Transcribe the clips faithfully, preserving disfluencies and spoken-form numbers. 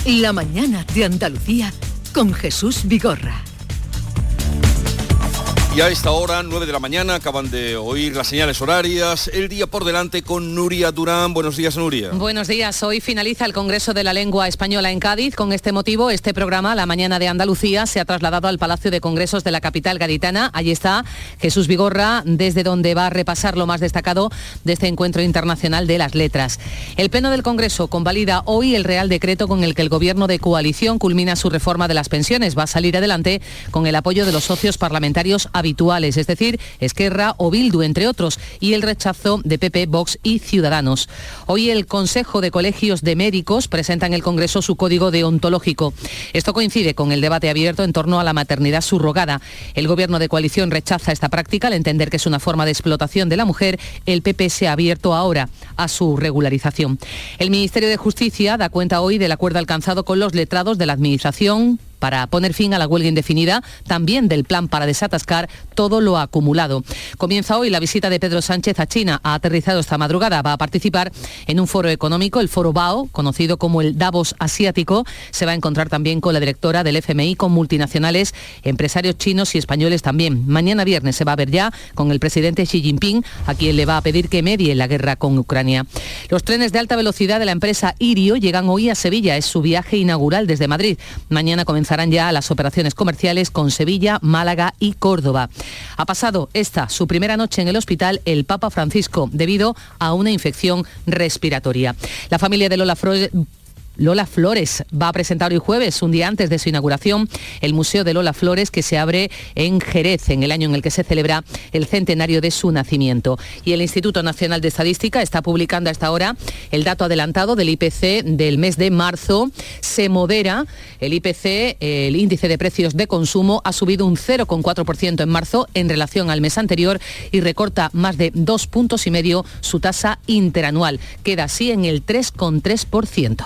La mañana de Andalucía con Jesús Vigorra. Y a esta hora, nueve de la mañana, acaban de oír las señales horarias. El día por delante con Nuria Durán. Buenos días, Nuria. Buenos días. Hoy finaliza el Congreso de la Lengua Española en Cádiz. Con este motivo, este programa, La Mañana de Andalucía, se ha trasladado al Palacio de Congresos de la capital gaditana. Allí está Jesús Vigorra, desde donde va a repasar lo más destacado de este encuentro internacional de las letras. El Pleno del Congreso convalida hoy el Real Decreto con el que el Gobierno de coalición culmina su reforma de las pensiones. Va a salir adelante con el apoyo de los socios parlamentarios habituales, es decir, Esquerra o Bildu, entre otros, y el rechazo de P P, Vox y Ciudadanos. Hoy el Consejo de Colegios de Médicos presenta en el Congreso su código deontológico. Esto coincide con el debate abierto en torno a la maternidad subrogada. El Gobierno de coalición rechaza esta práctica al entender que es una forma de explotación de la mujer. El P P se ha abierto ahora a su regularización. El Ministerio de Justicia da cuenta hoy del acuerdo alcanzado con los letrados de la Administración para poner fin a la huelga indefinida, también del plan para desatascar todo lo acumulado. Comienza hoy la visita de Pedro Sánchez a China. Ha aterrizado esta madrugada. Va a participar en un foro económico, el Foro B A O, conocido como el Davos asiático. Se va a encontrar también con la directora del F M I, con multinacionales, empresarios chinos y españoles también. Mañana viernes se va a ver ya con el presidente Xi Jinping, a quien le va a pedir que medie la guerra con Ucrania. Los trenes de alta velocidad de la empresa Irio llegan hoy a Sevilla. Es su viaje inaugural desde Madrid. Mañana comenzarán ya las operaciones comerciales con Sevilla, Málaga y Córdoba. Ha pasado esta, su primera noche en el hospital, el Papa Francisco, debido a una infección respiratoria. La familia de Lola Flores... Lola Flores va a presentar hoy jueves, un día antes de su inauguración, el Museo de Lola Flores, que se abre en Jerez, en el año en el que se celebra el centenario de su nacimiento. Y el Instituto Nacional de Estadística está publicando a esta hora el dato adelantado del I P C del mes de marzo. Se modera el I P C, el índice de precios de consumo, ha subido un cero coma cuatro por ciento en marzo en relación al mes anterior y recorta más de dos puntos y medio su tasa interanual. Queda así en el tres coma tres por ciento.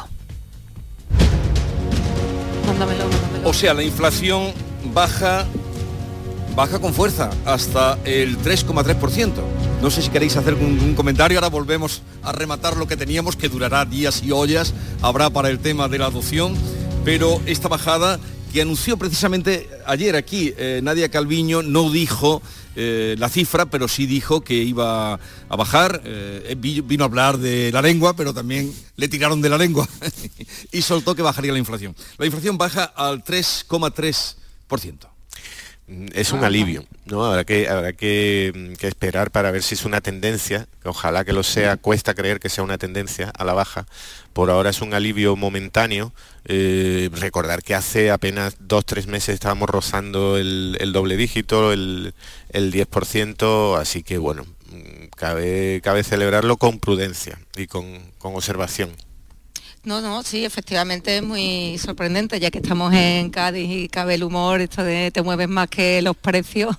Mándamelo, mándamelo. O sea, la inflación baja, baja con fuerza hasta el tres coma tres por ciento. No sé si queréis hacer un, un comentario. Ahora volvemos a rematar lo que teníamos, que durará días y ollas. Habrá para el tema de la adopción. Pero esta bajada que anunció precisamente ayer aquí, eh, Nadia Calviño no dijo eh, la cifra, pero sí dijo que iba a bajar. Eh, vino a hablar de la lengua, pero también le tiraron de la lengua y soltó que bajaría la inflación. La inflación baja al tres coma tres por ciento. Es un alivio, ¿no? Habrá que, habrá que, que esperar para ver si es una tendencia, ojalá que lo sea. Cuesta creer que sea una tendencia a la baja. Por ahora es un alivio momentáneo. Eh, recordar que hace apenas dos, tres meses estábamos rozando el, el doble dígito, el, el diez por ciento, así que bueno, cabe, cabe celebrarlo con prudencia y con, con observación. No, no, sí, efectivamente es muy sorprendente, ya que estamos en Cádiz y cabe el humor, esto de te mueves más que los precios,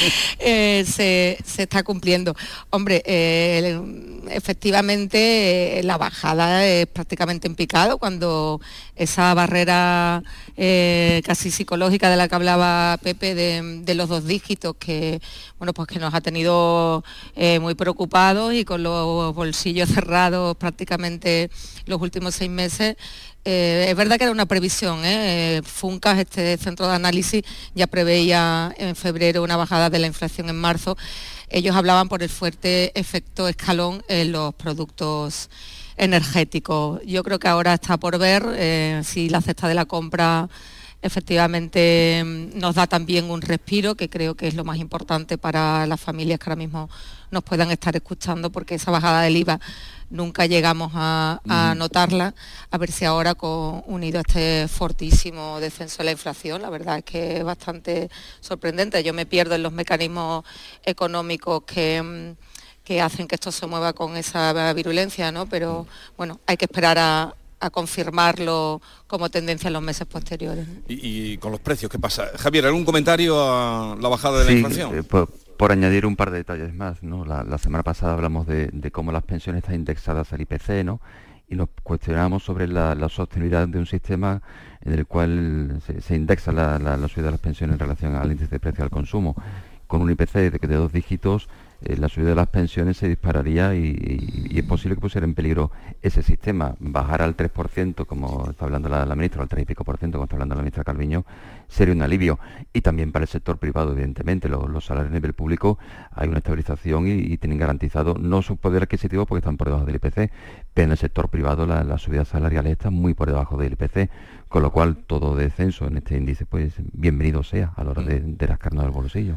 eh, se, se está cumpliendo. Hombre, eh, efectivamente eh, la bajada es prácticamente en picado, cuando esa barrera eh, casi psicológica de la que hablaba Pepe, de, de los dos dígitos, que bueno, pues que nos ha tenido eh, muy preocupados y con los bolsillos cerrados prácticamente los últimos seis meses. Eh, es verdad que era una previsión, ¿eh? Funcas, este centro de análisis, ya preveía en febrero una bajada de la inflación en marzo. Ellos hablaban por el fuerte efecto escalón en los productos energéticos. Yo creo que ahora está por ver eh, si la cesta de la compra efectivamente nos da también un respiro, que creo que es lo más importante para las familias que ahora mismo nos puedan estar escuchando, porque esa bajada del I V A nunca llegamos a, a notarla. A ver si ahora, con, unido a este fortísimo descenso de la inflación, la verdad es que es bastante sorprendente. Yo me pierdo en los mecanismos económicos que, que hacen que esto se mueva con esa virulencia, ¿no? Pero bueno, hay que esperar a, a confirmarlo como tendencia en los meses posteriores. ¿Y, y con los precios qué pasa? Javier, ¿algún comentario a la bajada de sí, la inflación? Eh, por, por añadir un par de detalles más, ¿no? La, la semana pasada hablamos de, de cómo las pensiones están indexadas al I P C, ¿no? Y nos cuestionamos sobre la, la sostenibilidad de un sistema en el cual se, se indexa la, la, la subida de las pensiones en relación al índice de precio al consumo. Con un I P C de, de dos dígitos, eh, la subida de las pensiones se dispararía y, y, y es posible que pusiera en peligro ese sistema. Bajar al tres por ciento, como está hablando la, la ministra, al tres y pico por ciento, como está hablando la ministra Calviño, sería un alivio. Y también para el sector privado, evidentemente, los, los salarios a nivel público hay una estabilización y, y tienen garantizado no su poder adquisitivo porque están por debajo del I P C, pero en el sector privado las la subidas salariales están muy por debajo del I P C, con lo cual todo descenso en este índice, pues bienvenido sea a la hora de, de rascarnos el bolsillo.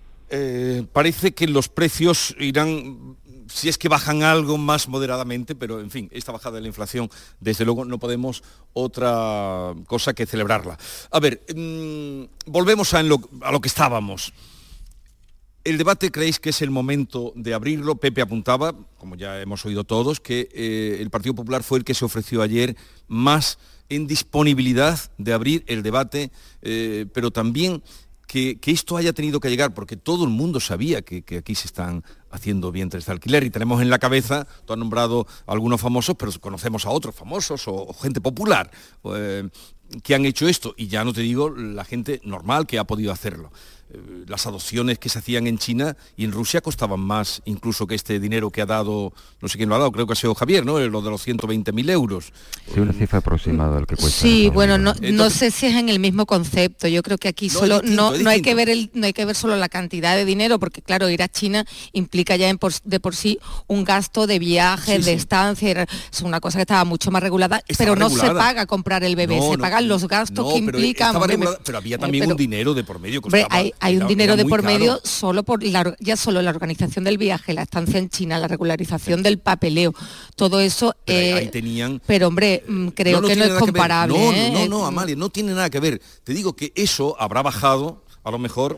Eh, parece que los precios irán, si es que bajan algo más moderadamente, pero en fin, esta bajada de la inflación, desde luego no podemos otra cosa que celebrarla. A ver, mmm, volvemos a, en lo, a lo que estábamos. ¿El debate creéis que es el momento de abrirlo? Pepe apuntaba, como ya hemos oído todos, que eh, el Partido Popular fue el que se ofreció ayer más en disponibilidad de abrir el debate, eh, pero también que, que esto haya tenido que llegar, porque todo el mundo sabía que, que aquí se están haciendo vientres de alquiler y tenemos en la cabeza, tú has nombrado a algunos famosos, pero conocemos a otros famosos o, o gente popular eh, que han hecho esto, y ya no te digo la gente normal que ha podido hacerlo. Las adopciones que se hacían en China y en Rusia costaban más incluso que este dinero que ha dado, no sé quién lo ha dado, creo que ha sido Javier, ¿no? Lo de los ciento veinte mil euros. Sí, una cifra aproximada del que cuesta. Sí, bueno, no, Entonces, no sé si es en el mismo concepto. Yo creo que aquí no, solo distinto, no, no hay que ver el, no hay que ver solo la cantidad de dinero, porque claro, ir a China implica ya en por, de por sí un gasto de viajes, sí, de sí. estancia, es una cosa que estaba mucho más regulada, estaba pero no regulada. Se paga comprar el bebé, no, se no, pagan los gastos no, que pero implican. Regulada, pero había también pero, un dinero de por medio. Hombre, hay, hay un dinero de por caro. medio solo por la, ya solo la organización del viaje, la estancia en China, la regularización sí. del papeleo, todo eso. Pero, eh, ahí tenían, pero hombre, creo no, no que no es comparable. No, ¿eh? no, no, no, Amalia, no tiene nada que ver. Te digo que eso habrá bajado, a lo mejor,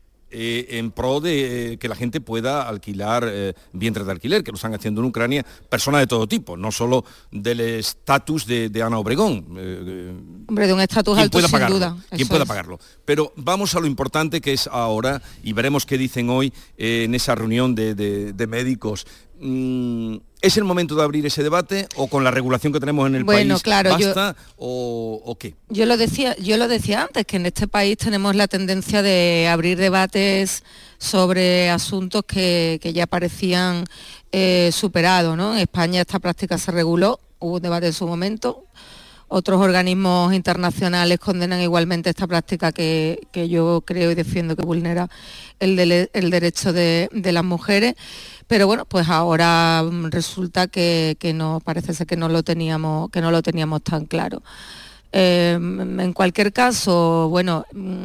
Eh, en pro de eh, que la gente pueda alquilar eh, vientres de alquiler, que lo están haciendo en Ucrania, personas de todo tipo, no solo del estatus de, de Ana Obregón. Eh, Hombre, de un estatus alto sin pagarlo? duda. ¿Quién pueda es. pagarlo? Pero vamos a lo importante que es ahora, y veremos qué dicen hoy eh, en esa reunión de, de, de médicos. Mm, ¿Es el momento de abrir ese debate o con la regulación que tenemos en el bueno, país claro, basta yo, o, o qué? Yo lo decía, yo lo decía antes, que en este país tenemos la tendencia de abrir debates sobre asuntos que, que ya parecían eh, superados, ¿no? En España esta práctica se reguló, hubo un debate en su momento. Otros organismos internacionales condenan igualmente esta práctica que, que yo creo y defiendo que vulnera el, de, el derecho de, de las mujeres. Pero bueno, pues ahora resulta que, que no, parece ser que no lo teníamos, que no lo teníamos tan claro. Eh, en cualquier caso, bueno,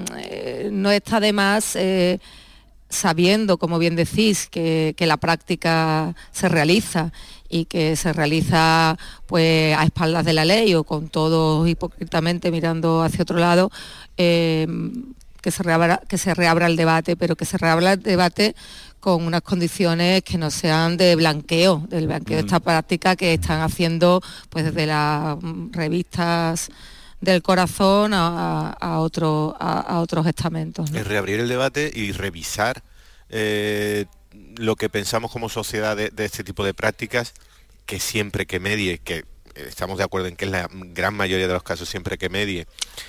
eh, no está de más, eh, sabiendo, como bien decís, que, que la práctica se realiza y que se realiza pues a espaldas de la ley o con todos hipócritamente mirando hacia otro lado, eh, que se reabra, que se reabra el debate, pero que se reabra el debate con unas condiciones que no sean de blanqueo, del blanqueo mm. de esta práctica que están haciendo pues desde las revistas del corazón a, a, otro, a, a otros estamentos, ¿no? Es reabrir el debate y revisar eh, lo que pensamos como sociedad de, de este tipo de prácticas, que siempre que medie, que estamos de acuerdo en que es la gran mayoría de los casos, siempre que medie,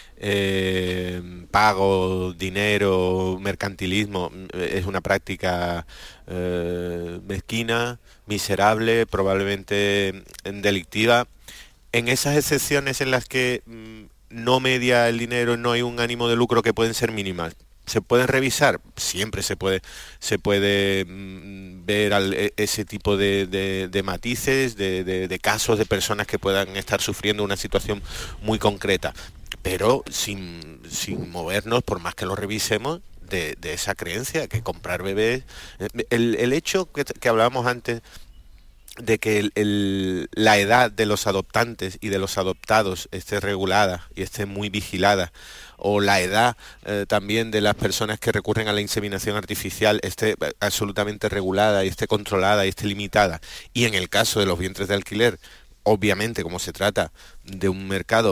eh, pago, dinero, mercantilismo, es una práctica eh, mezquina, miserable, probablemente delictiva. En esas excepciones en las que mm, no media el dinero, no hay un ánimo de lucro, que pueden ser mínimas, ¿se pueden revisar? Siempre se puede, se puede mm, ver al, ese tipo de, de, de matices, de, de, de casos de personas que puedan estar sufriendo una situación muy concreta, pero sin, sin movernos, por más que lo revisemos, de, de esa creencia que comprar bebés... El, el hecho que, que hablábamos antes de que el, el, la edad de los adoptantes y de los adoptados esté regulada y esté muy vigilada, o la edad eh, también de las personas que recurren a la inseminación artificial esté absolutamente regulada y esté controlada y esté limitada. Y en el caso de los vientres de alquiler, obviamente, como se trata de un mercado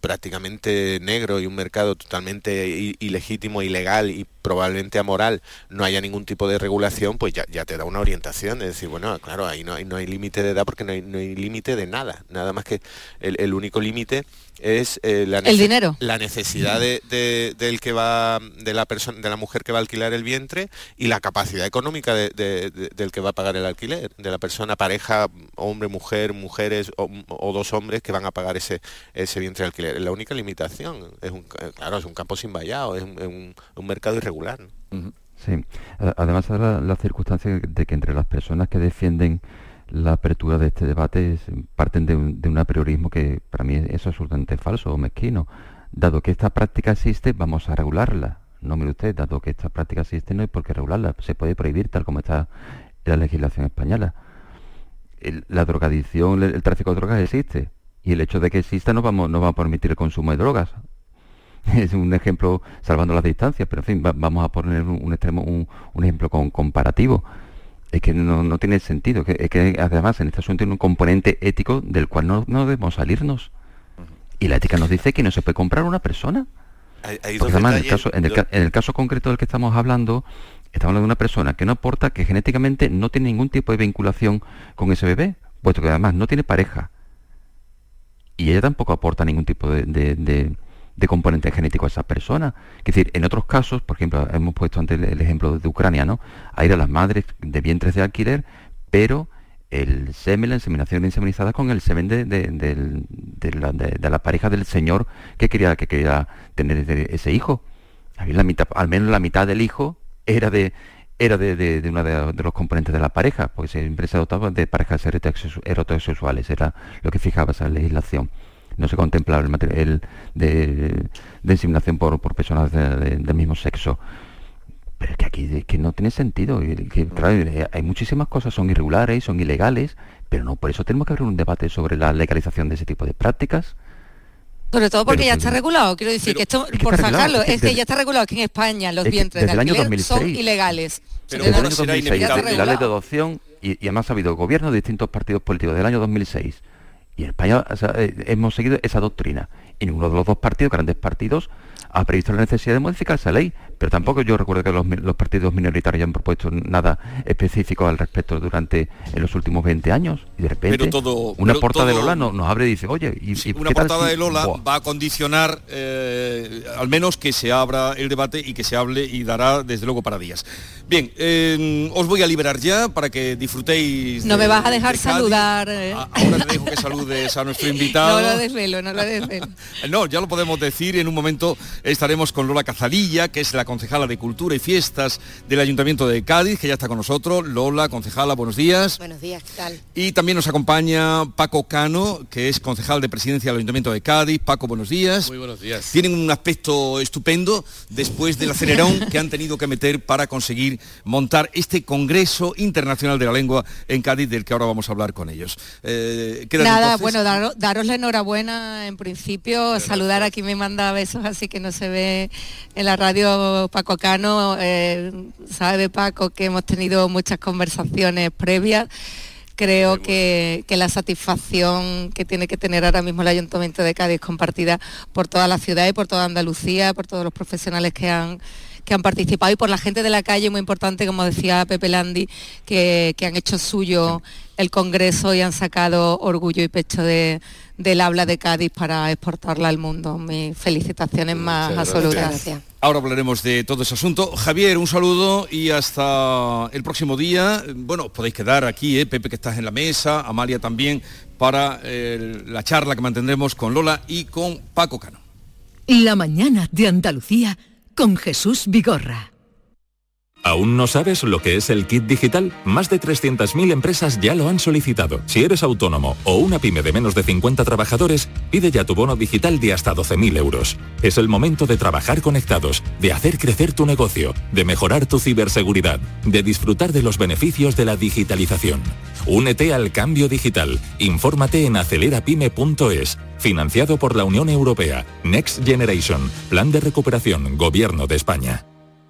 prácticamente negro y un mercado totalmente ilegítimo, ilegal y probablemente amoral, no haya ningún tipo de regulación, pues ya, ya te da una orientación, es decir, bueno, claro, ahí no hay, no hay límite de edad porque no hay, no hay límite de nada, nada más que el, el único límite es eh, la, el dinero. la necesidad de, de, del que va, de la persona, de la mujer que va a alquilar el vientre y la capacidad económica de, de, de, del que va a pagar el alquiler, de la persona, pareja, hombre, mujer, mujeres o, o dos hombres que van a pagar ese, ese vientre de alquiler. Es la única limitación. Es un, claro, es un campo sin vallado, es un, es un, un mercado irregular, ¿no? Uh-huh. Sí, además de la, la circunstancia de que entre las personas que defienden la apertura de este debate parten de un, de un apriorismo que para mí es absolutamente falso o mezquino. Dado que esta práctica existe, vamos a regularla. No, mire usted, dado que esta práctica existe, no hay por qué regularla. Se puede prohibir tal como está en la legislación española. El, la drogadicción, el, el tráfico de drogas existe. Y el hecho de que exista no, vamos, no va a permitir el consumo de drogas. Es un ejemplo salvando las distancias, pero en fin, va, vamos a poner un, un extremo, un, un ejemplo con, comparativo. Es que no, no tiene sentido, que, es que además en este asunto tiene un componente ético del cual no, no debemos salirnos. Uh-huh. Y la ética nos dice que no se puede comprar una persona. Hay, hay Porque además, en el, caso, en, el, en el caso concreto del que estamos hablando, estamos hablando de una persona que no aporta, que genéticamente no tiene ningún tipo de vinculación con ese bebé, puesto que además no tiene pareja. Y ella tampoco aporta ningún tipo de... de, de de componente genético a esa persona. Es decir, en otros casos, por ejemplo, hemos puesto antes el, el ejemplo de Ucrania, ¿no? Hay de las madres de vientres de alquiler, pero el semen, la inseminación inseminizada con el semen de, de, de, de, la, de, de la pareja del señor que quería, que quería tener ese hijo. La mitad, al menos la mitad del hijo era de era de, de, de uno de, de los componentes de la pareja, porque siempre se adoptaba de parejas heterosexuales, era lo que fijaba esa legislación. No se contemplaba el material de, de inseminación por, por personas de, de, del mismo sexo. Pero es que aquí es que no tiene sentido. Que, claro, hay muchísimas cosas, son irregulares, son ilegales, pero no por eso tenemos que abrir un debate sobre la legalización de ese tipo de prácticas. Sobre todo porque pero, ya está regulado, quiero decir, pero, que esto, es que por sacarlo, es, es que ya está regulado que en España los vientres de alquiler son ilegales. Pero desde el año dos mil seis, la ley de adopción, y, y además ha habido gobiernos de distintos partidos políticos del año dos mil seis. Y en España, o sea, eh, hemos seguido esa doctrina. Y ninguno de los dos partidos, grandes partidos, ha previsto la necesidad de modificar esa ley. Pero tampoco yo recuerdo que los, los partidos minoritarios hayan propuesto nada específico al respecto durante en los últimos veinte años. Y de repente, pero todo, una pero portada todo, de Lola nos, nos abre y dice, oye, ¿y, sí, y una qué tal portada si... de Lola Buah. va a condicionar eh, al menos que se abra el debate y que se hable y dará desde luego para días. Bien, eh, os voy a liberar ya para que disfrutéis. No de, me vas a dejar de saludar. Eh. Ahora te dejo que saludes a nuestro invitado. No lo desvelo, no lo desvelo. No, ya lo podemos decir. En un momento estaremos con Lola Cazalilla, que es la concejala de Cultura y Fiestas del Ayuntamiento de Cádiz, que ya está con nosotros. Lola, concejala, buenos días. Buenos días, ¿qué tal? Y también nos acompaña Paco Cano, que es concejal de Presidencia del Ayuntamiento de Cádiz. Paco, buenos días. Muy buenos días. Tienen un aspecto estupendo después del acelerón que han tenido que meter para conseguir montar este Congreso Internacional de la Lengua en Cádiz, del que ahora vamos a hablar con ellos. Eh, Nada, entonces? bueno, dar, daros la enhorabuena en principio, Gracias. saludar, aquí me manda besos, así que no se ve en la radio Paco Cano, eh, sabe Paco que hemos tenido muchas conversaciones previas. Creo que, que la satisfacción que tiene que tener ahora mismo el Ayuntamiento de Cádiz compartida por toda la ciudad y por toda Andalucía, por todos los profesionales que han que han participado y por la gente de la calle, muy importante, como decía Pepe Landi, que, que han hecho suyo el Congreso y han sacado orgullo y pecho de, del habla de Cádiz para exportarla al mundo. Mis felicitaciones más Muchas absolutas. Gracias. Ahora hablaremos de todo ese asunto. Javier, un saludo y hasta el próximo día. Bueno, os podéis quedar aquí, ¿eh? Pepe, que estás en la mesa, Amalia también, para eh, la charla que mantendremos con Lola y con Paco Cano. La mañana de Andalucía con Jesús Vigorra. ¿Aún no sabes lo que es el kit digital? Más de trescientas mil empresas ya lo han solicitado. Si eres autónomo o una pyme de menos de cincuenta trabajadores, pide ya tu bono digital de hasta doce mil euros. Es el momento de trabajar conectados, de hacer crecer tu negocio, de mejorar tu ciberseguridad, de disfrutar de los beneficios de la digitalización. Únete al cambio digital. Infórmate en acelerapyme punto es. Financiado por la Unión Europea. Next Generation. Plan de recuperación. Gobierno de España.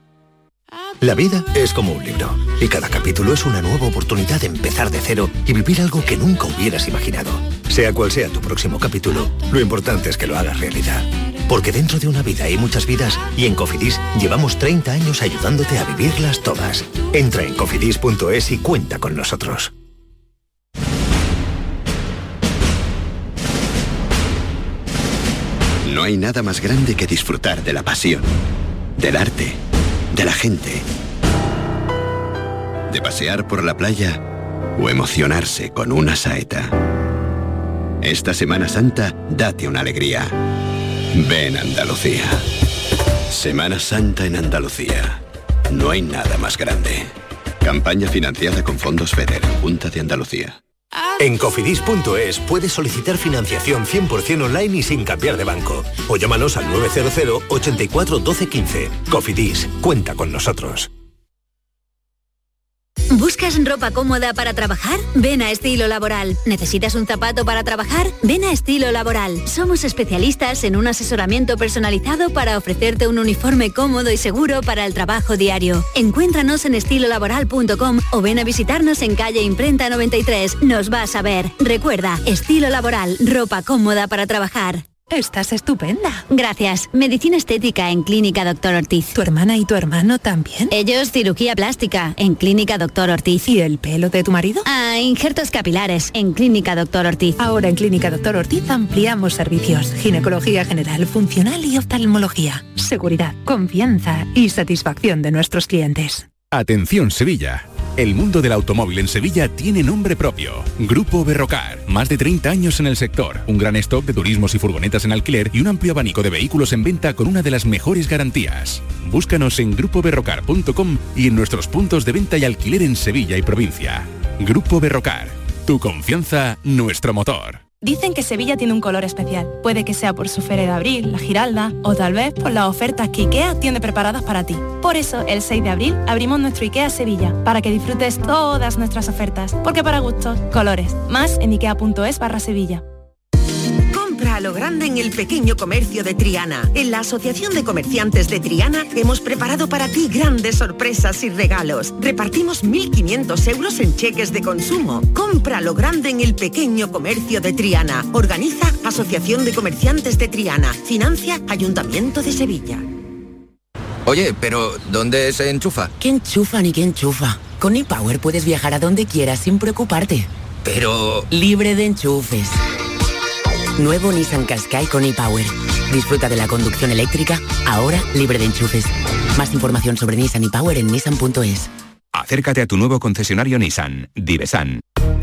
La vida es como un libro, y cada capítulo es una nueva oportunidad de empezar de cero y vivir algo que nunca hubieras imaginado. Sea cual sea tu próximo capítulo, lo importante es que lo hagas realidad. Porque dentro de una vida hay muchas vidas y en Cofidis llevamos treinta años ayudándote a vivirlas todas. Entra en cofidis punto es y cuenta con nosotros. No hay nada más grande que disfrutar de la pasión, del arte, de la gente, de pasear por la playa o emocionarse con una saeta. Esta Semana Santa, date una alegría. Ven Andalucía. Semana Santa en Andalucía. No hay nada más grande. Campaña financiada con fondos FEDER, Junta de Andalucía. En cofidis punto es puedes solicitar financiación cien por ciento online y sin cambiar de banco. O llámanos al nueve cero cero, ochenta y cuatro, doce, quince. Cofidis, cuenta con nosotros. ¿Buscas ropa cómoda para trabajar? Ven a Estilo Laboral. ¿Necesitas un zapato para trabajar? Ven a Estilo Laboral. Somos especialistas en un asesoramiento personalizado para ofrecerte un uniforme cómodo y seguro para el trabajo diario. Encuéntranos en estilo laboral punto com o ven a visitarnos en calle Imprenta noventa y tres. Nos vas a ver. Recuerda, Estilo Laboral, ropa cómoda para trabajar. Estás estupenda. Gracias. Medicina estética en Clínica Doctor Ortiz. ¿Tu hermana y tu hermano también? Ellos cirugía plástica en Clínica Doctor Ortiz. ¿Y el pelo de tu marido? Ah, injertos capilares en Clínica Doctor Ortiz. Ahora en Clínica Doctor Ortiz ampliamos servicios. Ginecología general, funcional y oftalmología. Seguridad, confianza y satisfacción de nuestros clientes. Atención Sevilla. El mundo del automóvil en Sevilla tiene nombre propio. Grupo Berrocar. Más de treinta años en el sector. Un gran stock de turismos y furgonetas en alquiler y un amplio abanico de vehículos en venta con una de las mejores garantías. Búscanos en grupo berrocar punto com y en nuestros puntos de venta y alquiler en Sevilla y provincia. Grupo Berrocar. Tu confianza, nuestro motor. Dicen que Sevilla tiene un color especial. Puede que sea por su Feria de Abril, la Giralda, o tal vez por las ofertas que IKEA tiene preparadas para ti. Por eso, el seis de abril abrimos nuestro IKEA Sevilla, para que disfrutes todas nuestras ofertas. Porque para gustos, colores. Más en ikea punto es barra Sevilla. Compra a lo grande en el pequeño comercio de Triana. En la Asociación de Comerciantes de Triana hemos preparado para ti grandes sorpresas y regalos. Repartimos mil quinientos euros en cheques de consumo. Compra a lo grande en el pequeño comercio de Triana. Organiza Asociación de Comerciantes de Triana. Financia Ayuntamiento de Sevilla. Oye, pero ¿dónde se enchufa? ¿Qué enchufa ni qué enchufa? Con ePower puedes viajar a donde quieras sin preocuparte. Pero... libre de enchufes. Nuevo Nissan Qashqai con ePower. Disfruta de la conducción eléctrica, ahora libre de enchufes. Más información sobre Nissan ePower en nissan punto es. Acércate a tu nuevo concesionario Nissan, Divesan.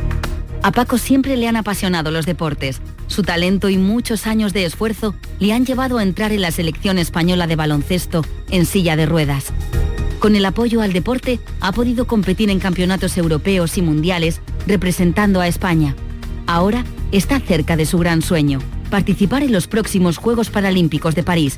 A Paco siempre le han apasionado los deportes. Su talento y muchos años de esfuerzo le han llevado a entrar en la selección española de baloncesto en silla de ruedas. Con el apoyo al deporte ha podido competir en campeonatos europeos y mundiales representando a España. Ahora está cerca de su gran sueño, participar en los próximos Juegos Paralímpicos de París.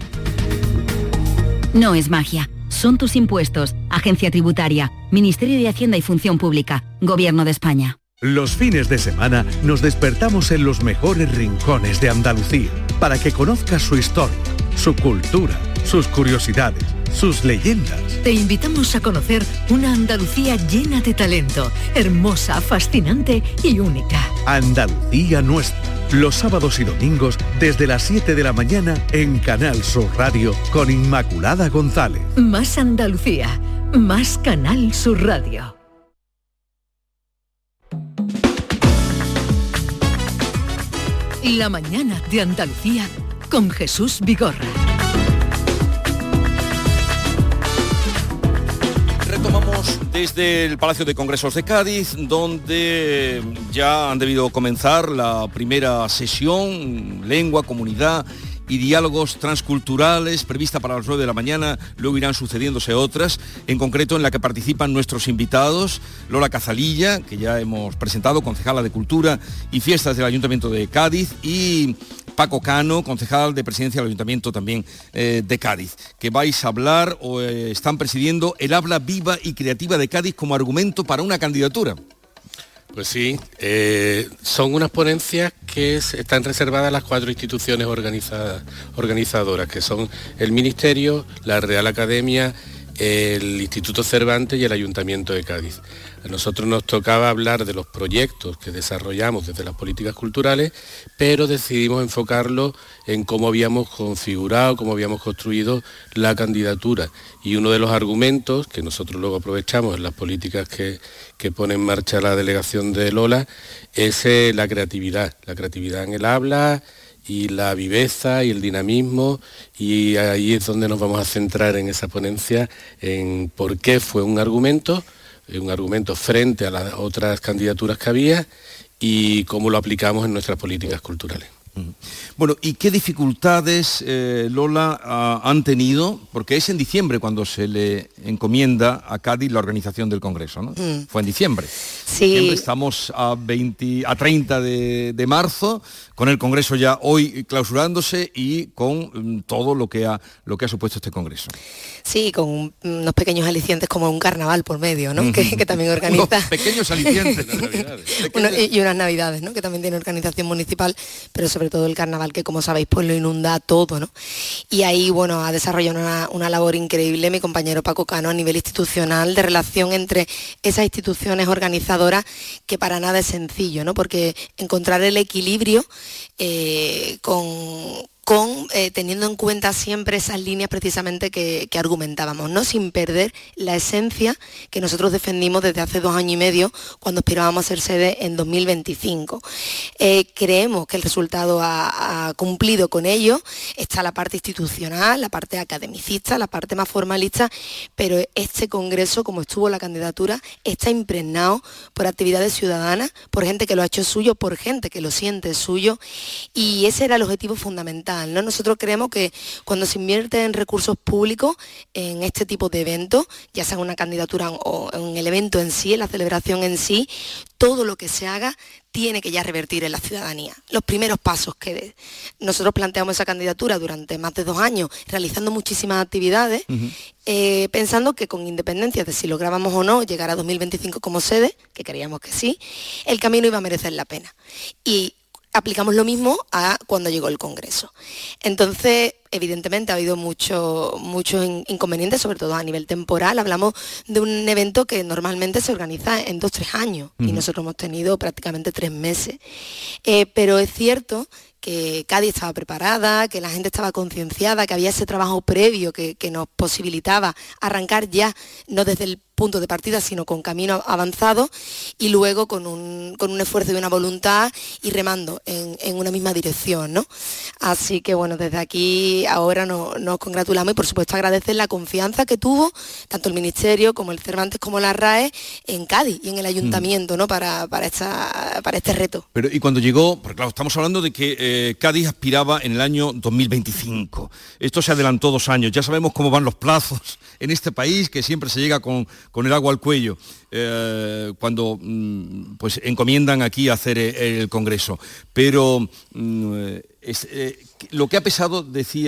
No es magia, son tus impuestos, Agencia Tributaria, Ministerio de Hacienda y Función Pública, Gobierno de España. Los fines de semana nos despertamos en los mejores rincones de Andalucía para que conozcas su historia, su cultura, sus curiosidades, sus leyendas. Te invitamos a conocer una Andalucía llena de talento, hermosa, fascinante y única. Andalucía Nuestra, los sábados y domingos desde las siete de la mañana en Canal Sur Radio con Inmaculada González. Más Andalucía, más Canal Sur Radio. La mañana de Andalucía con Jesús Vigorra. Retomamos desde el Palacio de Congresos de Cádiz, donde ya han debido comenzar la primera sesión, lengua, comunidad y diálogos transculturales, prevista para las nueve de la mañana. Luego irán sucediéndose otras, en concreto en la que participan nuestros invitados, Lola Cazalilla, que ya hemos presentado, concejala de Cultura y Fiestas del Ayuntamiento de Cádiz, y Paco Cano, concejal de Presidencia del Ayuntamiento también eh, de Cádiz, que vais a hablar o eh, están presidiendo el habla viva y creativa de Cádiz como argumento para una candidatura. Pues sí, eh, son unas ponencias que están reservadas a las cuatro instituciones organizadas, organizadoras, que son el Ministerio, la Real Academia el Instituto Cervantes y el Ayuntamiento de Cádiz. A nosotros nos tocaba hablar de los proyectos que desarrollamos desde las políticas culturales, pero decidimos enfocarlo en cómo habíamos configurado, cómo habíamos construido la candidatura. Y uno de los argumentos que nosotros luego aprovechamos en las políticas que, que pone en marcha la delegación de Lola es eh, la creatividad, la creatividad en el habla y la viveza y el dinamismo, y ahí es donde nos vamos a centrar en esa ponencia, en por qué fue un argumento, un argumento frente a las otras candidaturas que había y cómo lo aplicamos en nuestras políticas culturales. Bueno, ¿y qué dificultades, eh, Lola, ah, han tenido? Porque es en diciembre cuando se le encomienda a Cádiz la organización del Congreso, ¿no? Mm. Fue en diciembre. Sí. Diciembre, estamos a, veinte, a treinta de, de marzo, con el Congreso ya hoy clausurándose y con mm, todo lo que, ha, lo que ha supuesto este Congreso. Sí, con unos pequeños alicientes como un carnaval por medio, ¿no? que, que también organiza... Unos pequeños alicientes. Uno, y, y unas navidades, ¿no? Que también tiene organización municipal, pero sobre todo el carnaval, que como sabéis pues lo inunda todo, ¿no? Y ahí, bueno, ha desarrollado una, una labor increíble mi compañero Paco Cano a nivel institucional de relación entre esas instituciones organizadoras, que para nada es sencillo, ¿no? Porque encontrar el equilibrio eh, con... con eh, teniendo en cuenta siempre esas líneas precisamente que, que argumentábamos, ¿no? Sin perder la esencia que nosotros defendimos desde hace dos años y medio cuando aspirábamos a ser sede en dos mil veinticinco. Eh, creemos que el resultado ha, ha cumplido con ello. Está la parte institucional, la parte academicista, la parte más formalista, pero este congreso, como estuvo la candidatura, está impregnado por actividades ciudadanas, por gente que lo ha hecho suyo, por gente que lo siente suyo, y ese era el objetivo fundamental, ¿no? Nosotros creemos que cuando se invierte en recursos públicos en este tipo de eventos, ya sea en una candidatura o en el evento en sí, en la celebración en sí, todo lo que se haga tiene que ya revertir en la ciudadanía. Los primeros pasos que de... nosotros planteamos esa candidatura durante más de dos años, realizando muchísimas actividades, uh-huh. eh, pensando que con independencia de si lográbamos o no llegar a dos mil veinticinco como sede, que creíamos que sí, el camino iba a merecer la pena. Y aplicamos lo mismo a cuando llegó el Congreso. Entonces, evidentemente ha habido muchos mucho inconvenientes, sobre todo a nivel temporal. Hablamos de un evento que normalmente se organiza en dos, tres años, uh-huh. y nosotros hemos tenido prácticamente tres meses. Eh, pero es cierto que Cádiz estaba preparada, que la gente estaba concienciada, que había ese trabajo previo que, que nos posibilitaba arrancar ya, no desde el punto de partida, sino con camino avanzado, y luego con un, con un esfuerzo y una voluntad y remando en, en una misma dirección, ¿no? Así que bueno, desde aquí ahora no, nos congratulamos y por supuesto agradecer la confianza que tuvo tanto el Ministerio como el Cervantes como la R A E en Cádiz y en el Ayuntamiento, ¿no? Para, para, esta, para este reto. Pero y cuando llegó, porque claro, estamos hablando de que eh, Cádiz aspiraba en el año dos mil veinticinco. Esto se adelantó dos años, ya sabemos cómo van los plazos en este país, que siempre se llega con, con el agua al cuello, eh, cuando mm, pues encomiendan aquí hacer el, el Congreso. Pero mm, es, eh, lo que ha pesado,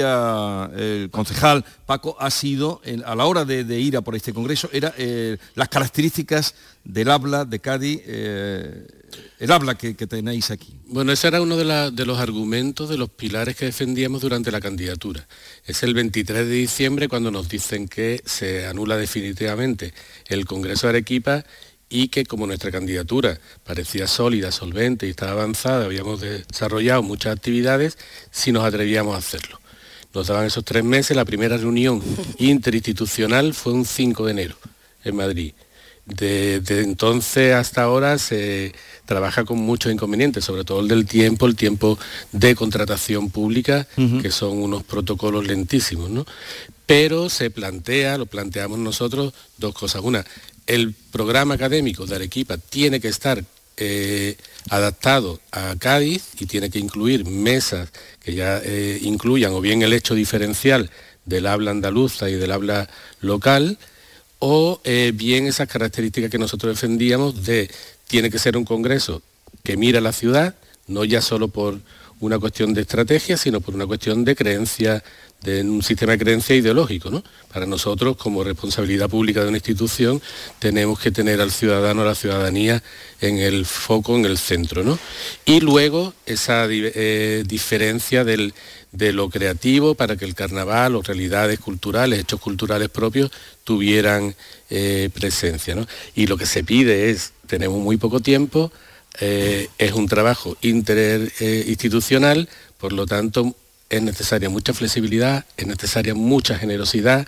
decía el concejal Paco, ha sido, en, a la hora de, de ir a por este Congreso, era eh, las características del habla de Cádiz, eh, el habla que, que tenéis aquí. Bueno, ese era uno de, la, de los argumentos, de los pilares que defendíamos durante la candidatura. Es el veintitrés de diciembre cuando nos dicen que se anula definitivamente el Congreso de Arequipa y que como nuestra candidatura parecía sólida, solvente y estaba avanzada, habíamos desarrollado muchas actividades, si nos atrevíamos a hacerlo. Nos daban esos tres meses. La primera reunión interinstitucional fue un cinco de enero en Madrid. Desde entonces hasta ahora se trabaja con muchos inconvenientes, sobre todo el del tiempo, el tiempo de contratación pública, uh-huh. que son unos protocolos lentísimos, ¿no? Pero se plantea, lo planteamos nosotros, dos cosas. Una, el programa académico de Arequipa tiene que estar eh, adaptado a Cádiz y tiene que incluir mesas que ya eh, incluyan o bien el hecho diferencial del habla andaluza y del habla local, o eh, bien esas características que nosotros defendíamos de tiene que ser un congreso que mira la ciudad, no ya solo por una cuestión de estrategia, sino por una cuestión de creencia, de un sistema de creencia ideológico, ¿no? Para nosotros, como responsabilidad pública de una institución, tenemos que tener al ciudadano, a la ciudadanía en el foco, en el centro, ¿no? Y luego esa eh, diferencia del, de lo creativo para que el carnaval o realidades culturales, hechos culturales propios, tuvieran eh, presencia, ¿no? Y lo que se pide es, tenemos muy poco tiempo, eh, es un trabajo interinstitucional, eh, por lo tanto, es necesaria mucha flexibilidad, es necesaria mucha generosidad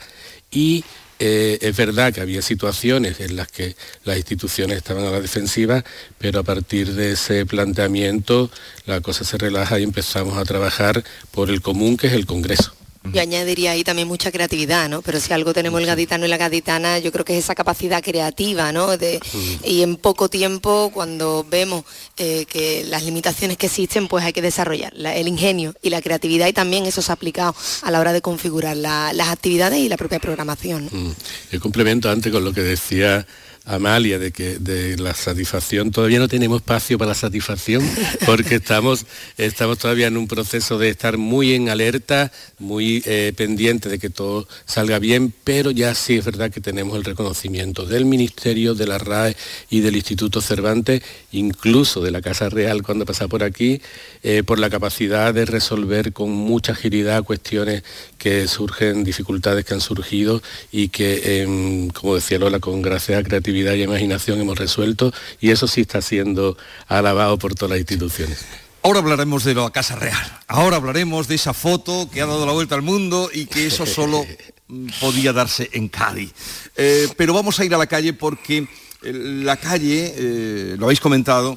y eh, es verdad que había situaciones en las que las instituciones estaban a la defensiva, pero a partir de ese planteamiento la cosa se relaja y empezamos a trabajar por el común, que es el Congreso. Yo añadiría ahí también mucha creatividad, ¿no? Pero si algo tenemos el gaditano y la gaditana, yo creo que es esa capacidad creativa, ¿no? De, y en poco tiempo, cuando vemos eh, que las limitaciones que existen, pues hay que desarrollar la, el ingenio y la creatividad, y también eso se ha aplicado a la hora de configurar la, las actividades y la propia programación, ¿no? Mm. Yo complemento antes con lo que decía Amalia, de que de la satisfacción, todavía no tenemos espacio para la satisfacción, porque estamos, estamos todavía en un proceso de estar muy en alerta, muy eh, pendiente de que todo salga bien, pero ya sí es verdad que tenemos el reconocimiento del Ministerio, de la R A E y del Instituto Cervantes, incluso de la Casa Real cuando pasa por aquí, eh, por la capacidad de resolver con mucha agilidad cuestiones que surgen, dificultades que han surgido y que, eh, como decía Lola, con gracia, creatividad y imaginación hemos resuelto, y eso sí está siendo alabado por todas las instituciones. Ahora hablaremos de la Casa Real, ahora hablaremos de esa foto que ha dado la vuelta al mundo y que eso solo podía darse en Cádiz. Eh, pero vamos a ir a la calle porque la calle, eh, lo habéis comentado,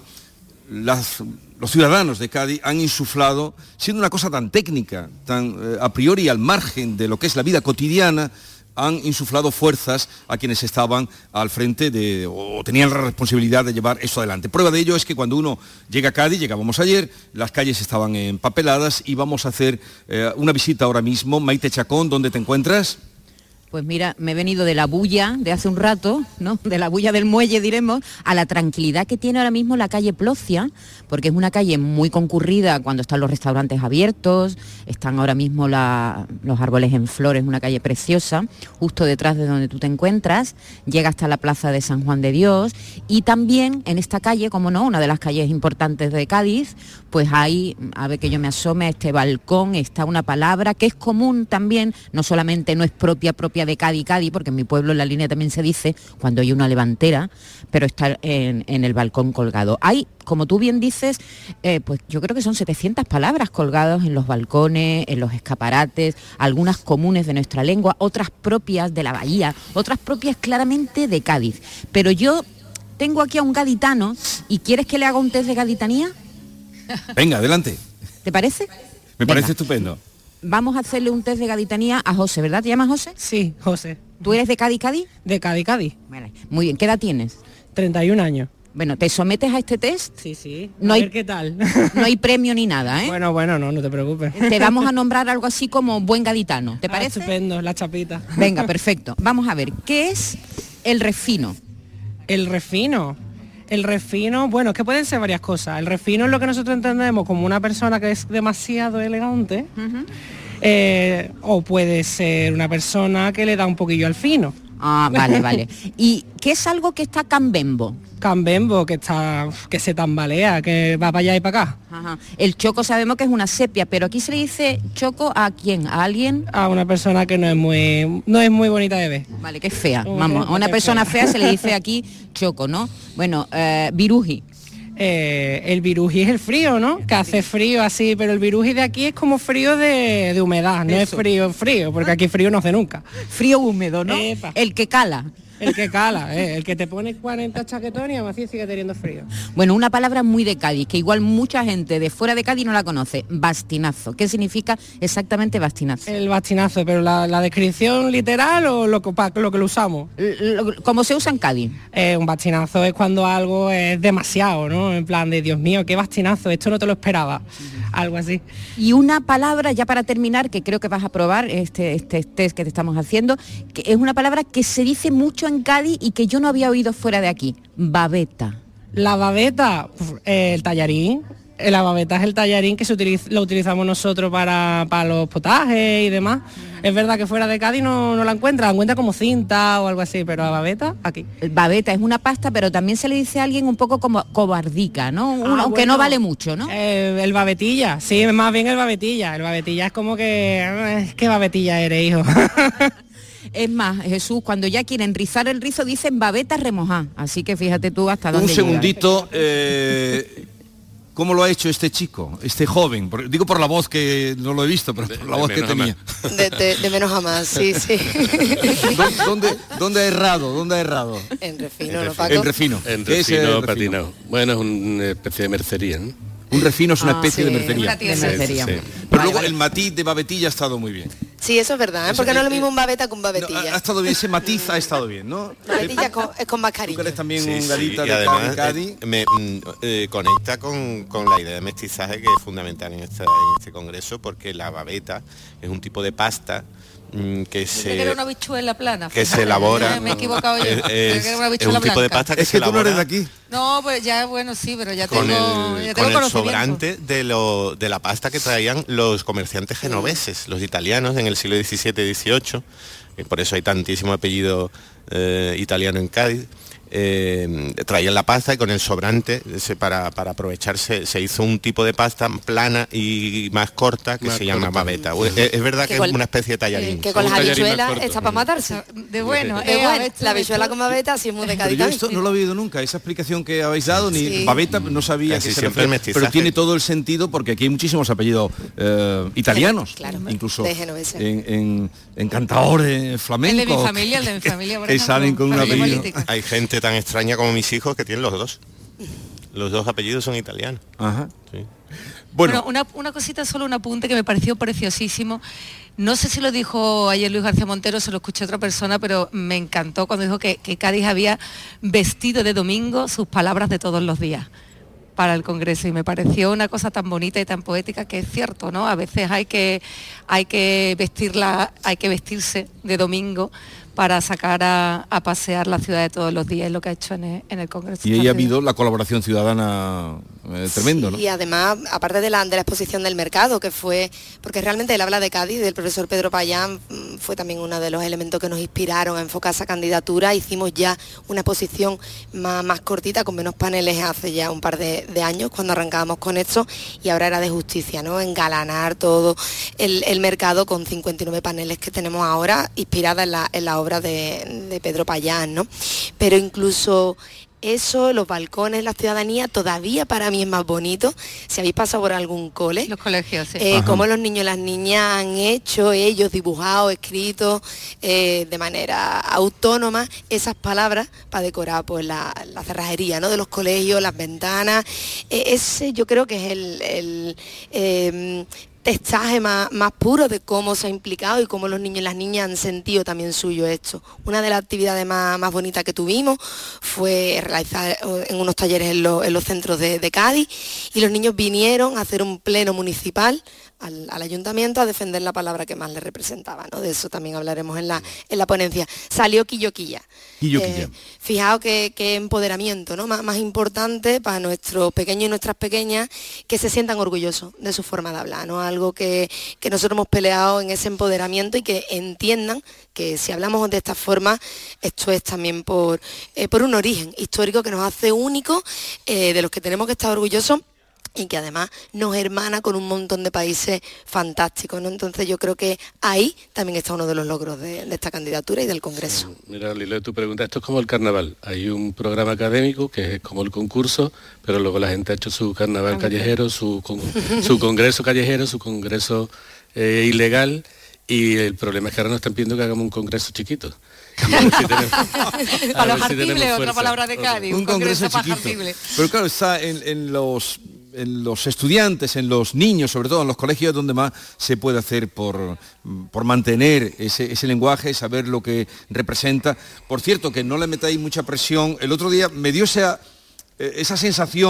las, los ciudadanos de Cádiz han insuflado, siendo una cosa tan técnica, tan eh, a priori al margen de lo que es la vida cotidiana, han insuflado fuerzas a quienes estaban al frente de, o tenían la responsabilidad de llevar eso adelante. Prueba de ello es que cuando uno llega a Cádiz, llegábamos ayer, las calles estaban empapeladas y vamos a hacer eh, una visita ahora mismo. Maite Chacón, ¿dónde te encuentras? Pues mira, me he venido de la bulla de hace un rato, ¿no? De la bulla del muelle, diremos, a la tranquilidad que tiene ahora mismo la calle Plocia, porque es una calle muy concurrida cuando están los restaurantes abiertos, están ahora mismo la, los árboles en flores, una calle preciosa, justo detrás de donde tú te encuentras, llega hasta la plaza de San Juan de Dios, y también en esta calle, como no, una de las calles importantes de Cádiz, pues hay, a ver que yo me asome a este balcón, está una palabra que es común también, no solamente no es propia, propia de Cádiz, Cádiz, porque en mi pueblo en la línea también se dice cuando hay una levantera, pero está en, en el balcón colgado. Hay, como tú bien dices, eh, pues yo creo que son setecientas palabras colgadas en los balcones, en los escaparates, algunas comunes de nuestra lengua, otras propias de la bahía, otras propias claramente de Cádiz. Pero yo tengo aquí a un gaditano y ¿quieres que le haga un test de gaditanía? Venga, adelante. ¿Te parece? Me Venga. parece estupendo. Vamos a hacerle un test de gaditanía a José, ¿verdad? ¿Te llamas José? Sí, José. ¿Tú eres de Cádiz, Cádiz? De Cádiz, Cádiz. Vale. Muy bien, ¿qué edad tienes? treinta y un años. Bueno, ¿te sometes a este test? Sí, sí. No a hay, ver qué tal. No hay premio ni nada, ¿eh? Bueno, bueno, no, no te preocupes. Te vamos a nombrar algo así como buen gaditano, ¿te Ah, parece? estupendo, la chapita. Venga, perfecto. Vamos a ver, ¿qué es el refino? El refino. El refino, bueno, es que pueden ser varias cosas. El refino es lo que nosotros entendemos como una persona que es demasiado elegante, uh-huh. eh, o puede ser una persona que le da un poquillo al fino. Ah, vale, vale. ¿Y qué es algo que está cambembo? Cambembo, que está, que se tambalea, que va para allá y para acá. Ajá. El choco sabemos que es una sepia, pero aquí se le dice choco a quién, a alguien. A una persona que no es muy, no es muy bonita de ver. Vale, que es fea. Uh, Vamos, a una persona fea. fea se le dice aquí choco, ¿no? Bueno, eh, viruji. Eh, el viruji es el frío, ¿no? Que hace frío así, pero el viruji de aquí es como frío de, de humedad, no Eso. es frío, frío, porque aquí frío no hace nunca. Frío húmedo, ¿no? Epa. El que cala. El que cala, eh, el que te pone cuarenta chaquetones y aún así sigue teniendo frío. Bueno, una palabra muy de Cádiz, que igual mucha gente de fuera de Cádiz no la conoce, bastinazo. ¿Qué significa exactamente bastinazo? El bastinazo, pero la, la descripción literal o lo, lo que lo usamos. ¿Cómo se usa en Cádiz? Eh, un bastinazo es cuando algo es demasiado, ¿no? En plan de, Dios mío, qué bastinazo, esto no te lo esperaba. Algo así. Y una palabra, ya para terminar, que creo que vas a probar este, este test que te estamos haciendo, que es una palabra que se dice mucho en Cádiz y que yo no había oído fuera de aquí, babeta. La babeta, eh, el tallarín, La babeta es el tallarín que se utiliza, lo utilizamos nosotros para, para los potajes y demás. Es verdad que fuera de Cádiz no, no la encuentra, la encuentra como cinta o algo así, pero la babeta aquí. El babeta es una pasta, pero también se le dice a alguien un poco como cobardica, ¿no? Uno, Ah, aunque bueno, no vale mucho, ¿no? Eh, el babetilla, sí, más bien el babetilla. El babetilla es como que... eh, ¿Qué babetilla eres, hijo? Es más, Jesús, cuando ya quieren rizar el rizo dicen babeta remojá. Así que fíjate tú hasta dónde Un llega. segundito, eh, ¿cómo lo ha hecho este chico, este joven? Por- digo por la voz que no lo he visto, pero por la de voz que menos a tenía. De, de- de menos a más, sí, sí. ¿Dó- ¿Dónde, ¿Dónde ha errado? ¿Dónde ha errado? En refino, En ¿no, refino. Paco? En refino. En ¿Qué es el refino refino? patinado. Bueno, es una especie de mercería, ¿no? Un refino es una Ah, especie sí, de mercería. una tienda. De mercería. Sí, sí. Pero Vale, luego vale. el matiz de babetilla ha estado muy bien. Sí, eso es verdad, ¿eh? Eso, Porque no es lo eh, mismo un babeta que un No, ha, babetilla. ha estado bien, ese matiz ha estado bien, ¿no? Babetilla es con, es con más Tú cariño. que eres también Sí, un sí, gadita y de además Cádiz, eh, Cádiz. me mm, eh, conecta con, con la idea de mestizaje que es fundamental en, esta, en este congreso, porque la babeta es un tipo de pasta mm, que Pensé se que era una habichuela plana. que se fíjate. elabora. Me he equivocado yo. Es, Pensé es- que era una es habichuela un tipo de blanca. pasta que Es se que tú no eres elabora de aquí. No, pues ya, bueno, sí, pero ya con tengo, el, ya con tengo el conocimiento. sobrante de, lo, de la pasta que traían los comerciantes genoveses, los italianos en el siglo diecisiete dieciocho, y por eso hay tantísimo apellido eh, italiano en Cádiz. Eh, traían la pasta y con el sobrante se, para, para aprovecharse se hizo un tipo de pasta plana y más corta que Más se llama corta. babeta. Es, es verdad Que que con- es una especie de tallarín. Que con las Un tallarín más habichuelas corto. está para matarse. De bueno, De eh, bueno, a ver, la tú, habichuela tú. con babeta sí es muy de Pero Cádiz. yo también. esto no lo he oído nunca, esa explicación que habéis dado, ni Sí. babeta no sabía Casi que se siempre refiere, el mestizaje. pero tiene todo el sentido porque aquí hay muchísimos apellidos eh, italianos, Claro, incluso de genovese. en, en, en cantaores flamencos. El de mi familia, el de mi familia, por que ejemplo, salen con un familia apellido. política. Hay gente tan extraña como mis hijos que tienen los dos. Los dos apellidos son italianos. Ajá. Sí. Bueno, Bueno, una, una cosita, solo un apunte que me pareció preciosísimo. No sé si lo dijo ayer Luis García Montero, se lo escuché a otra persona, pero me encantó cuando dijo que, que Cádiz había vestido de domingo sus palabras de todos los días para el Congreso, y me pareció una cosa tan bonita y tan poética, que es cierto, ¿no? A veces hay que, hay que vestirla, hay que vestirse de domingo para sacar a, a pasear la ciudad de todos los días, es lo que ha hecho en el, en el Congreso. y ahí ha habido la colaboración ciudadana eh, tremendo, ¿no? Y además, aparte de la, de la exposición del mercado, que fue, porque realmente él habla de Cádiz, del profesor Pedro Payán, mm, fue también uno de los elementos que nos inspiraron a enfocar esa candidatura. Hicimos ya una exposición más, más cortita, con menos paneles, hace ya un par de, de años, cuando arrancábamos con esto, y ahora era de justicia, ¿no? Engalanar todo el, el mercado con cincuenta y nueve paneles que tenemos ahora, inspirada en la, en la obra de, de Pedro Payán, ¿no? Pero incluso eso, los balcones, la ciudadanía, todavía para mí es más bonito. Si habéis pasado por algún cole, Los colegios, sí. eh, Ajá. cómo los niños y las niñas han hecho ellos, dibujado, escrito, eh, de manera autónoma, esas palabras para decorar pues la, la cerrajería, ¿no? De los colegios, las ventanas. Eh, ese yo creo que es el... el, eh, testaje más, más puro de cómo se ha implicado y cómo los niños y las niñas han sentido también suyo esto. Una de las actividades más, más bonitas que tuvimos fue realizar en unos talleres en, lo- en los centros de, de Cádiz, y los niños vinieron a hacer un pleno municipal al, al ayuntamiento a defender la palabra que más les representaba, ¿no? De eso también hablaremos en la, en la ponencia. Salió Quilloquilla. Quillo, quilla. Fijaos qué, qué empoderamiento, ¿no? Más, más importante para nuestros pequeños y nuestras pequeñas, que se sientan orgullosos de su forma de hablar, ¿no? Algo que, que nosotros hemos peleado en ese empoderamiento, y que entiendan que si hablamos de esta forma, esto es también por, eh, por un origen histórico que nos hace únicos, eh, de los que tenemos que estar orgullosos, y que además nos hermana con un montón de países fantásticos, ¿no? Entonces yo creo que ahí también está uno de los logros de, de esta candidatura y del Congreso. Mira, Lilo, tu pregunta, esto es como el carnaval. Hay un programa académico que es como el concurso, pero luego la gente ha hecho su carnaval callejero, su, con- su congreso callejero, su congreso eh, ilegal, y el problema es que ahora nos están pidiendo que hagamos un congreso chiquito. A ver si tenemos- a Para ver los si tenemos jartibles, otra fuerza. palabra de Cádiz, un, un congreso para chiquito. jartibles. Pero claro, está en, en los en los estudiantes, en los niños, sobre todo en los colegios, donde más se puede hacer por, por mantener ese, ese lenguaje, saber lo que representa. Por cierto, que no le metáis mucha presión. El otro día me dio esa, eh, esa sensación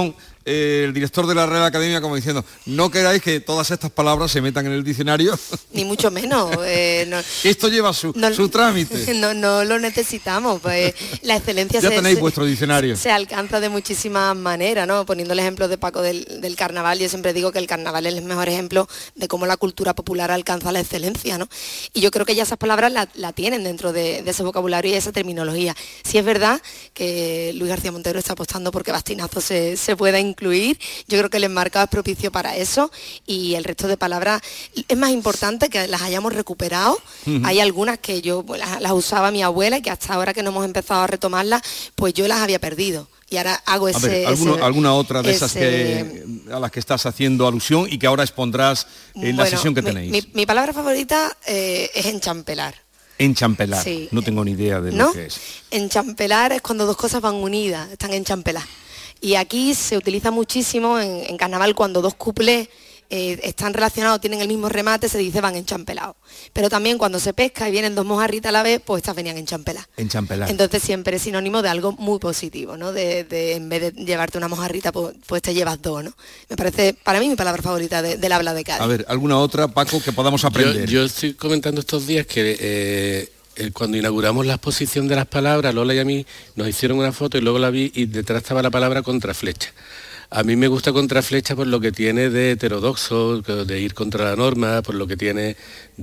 eh, el director de la Real Academia como diciendo, no queráis que todas estas palabras se metan en el diccionario. Ni mucho menos. Eh, no, Esto lleva su, no, su trámite. No, no lo necesitamos. Pues, la excelencia ya se, tenéis se, vuestro diccionario. Se alcanza de muchísimas maneras, ¿no? Poniendo el ejemplo de Paco del, del carnaval, yo siempre digo que el carnaval es el mejor ejemplo de cómo la cultura popular alcanza la excelencia, ¿no? Y yo creo que ya esas palabras la, la tienen dentro de, de ese vocabulario y esa terminología. Sí es verdad que Luis García Montero está apostando porque Bastinazo se, se pueda incluir. Yo creo que el enmarcado es propicio para eso y el resto de palabras es más importante que las hayamos recuperado. Uh-huh. Hay algunas que yo pues, las, las usaba mi abuela y que hasta ahora que no hemos empezado a retomarlas, pues yo las había perdido. Y ahora hago ese... A ver, ¿alguno, ese, ¿alguna otra de ese, esas que, a las que estás haciendo alusión y que ahora expondrás en bueno, la sesión que mi, tenéis? Mi, mi palabra favorita eh, es enchampelar. Enchampelar, sí. No tengo ni idea de ¿No? lo que es. Enchampelar es cuando dos cosas van unidas, están enchampeladas. Y aquí se utiliza muchísimo en, en carnaval cuando dos cuplés eh, están relacionados, tienen el mismo remate, se dice van enchampelados. Pero también cuando se pesca y vienen dos mojarritas a la vez, pues estas venían enchampeladas. Enchampelar. Entonces siempre es sinónimo de algo muy positivo, ¿no? De, de en vez de llevarte una mojarrita, pues, pues te llevas dos, ¿no? Me parece, para mí, mi palabra favorita de, del habla de Cádiz. A ver, ¿alguna otra, Paco, que podamos aprender? Yo, yo estoy comentando estos días que... Eh, cuando inauguramos la exposición de las palabras, Lola y a mí nos hicieron una foto y luego la vi y detrás estaba la palabra contraflecha. A mí me gusta contraflecha por lo que tiene de heterodoxo, de ir contra la norma, por lo que tiene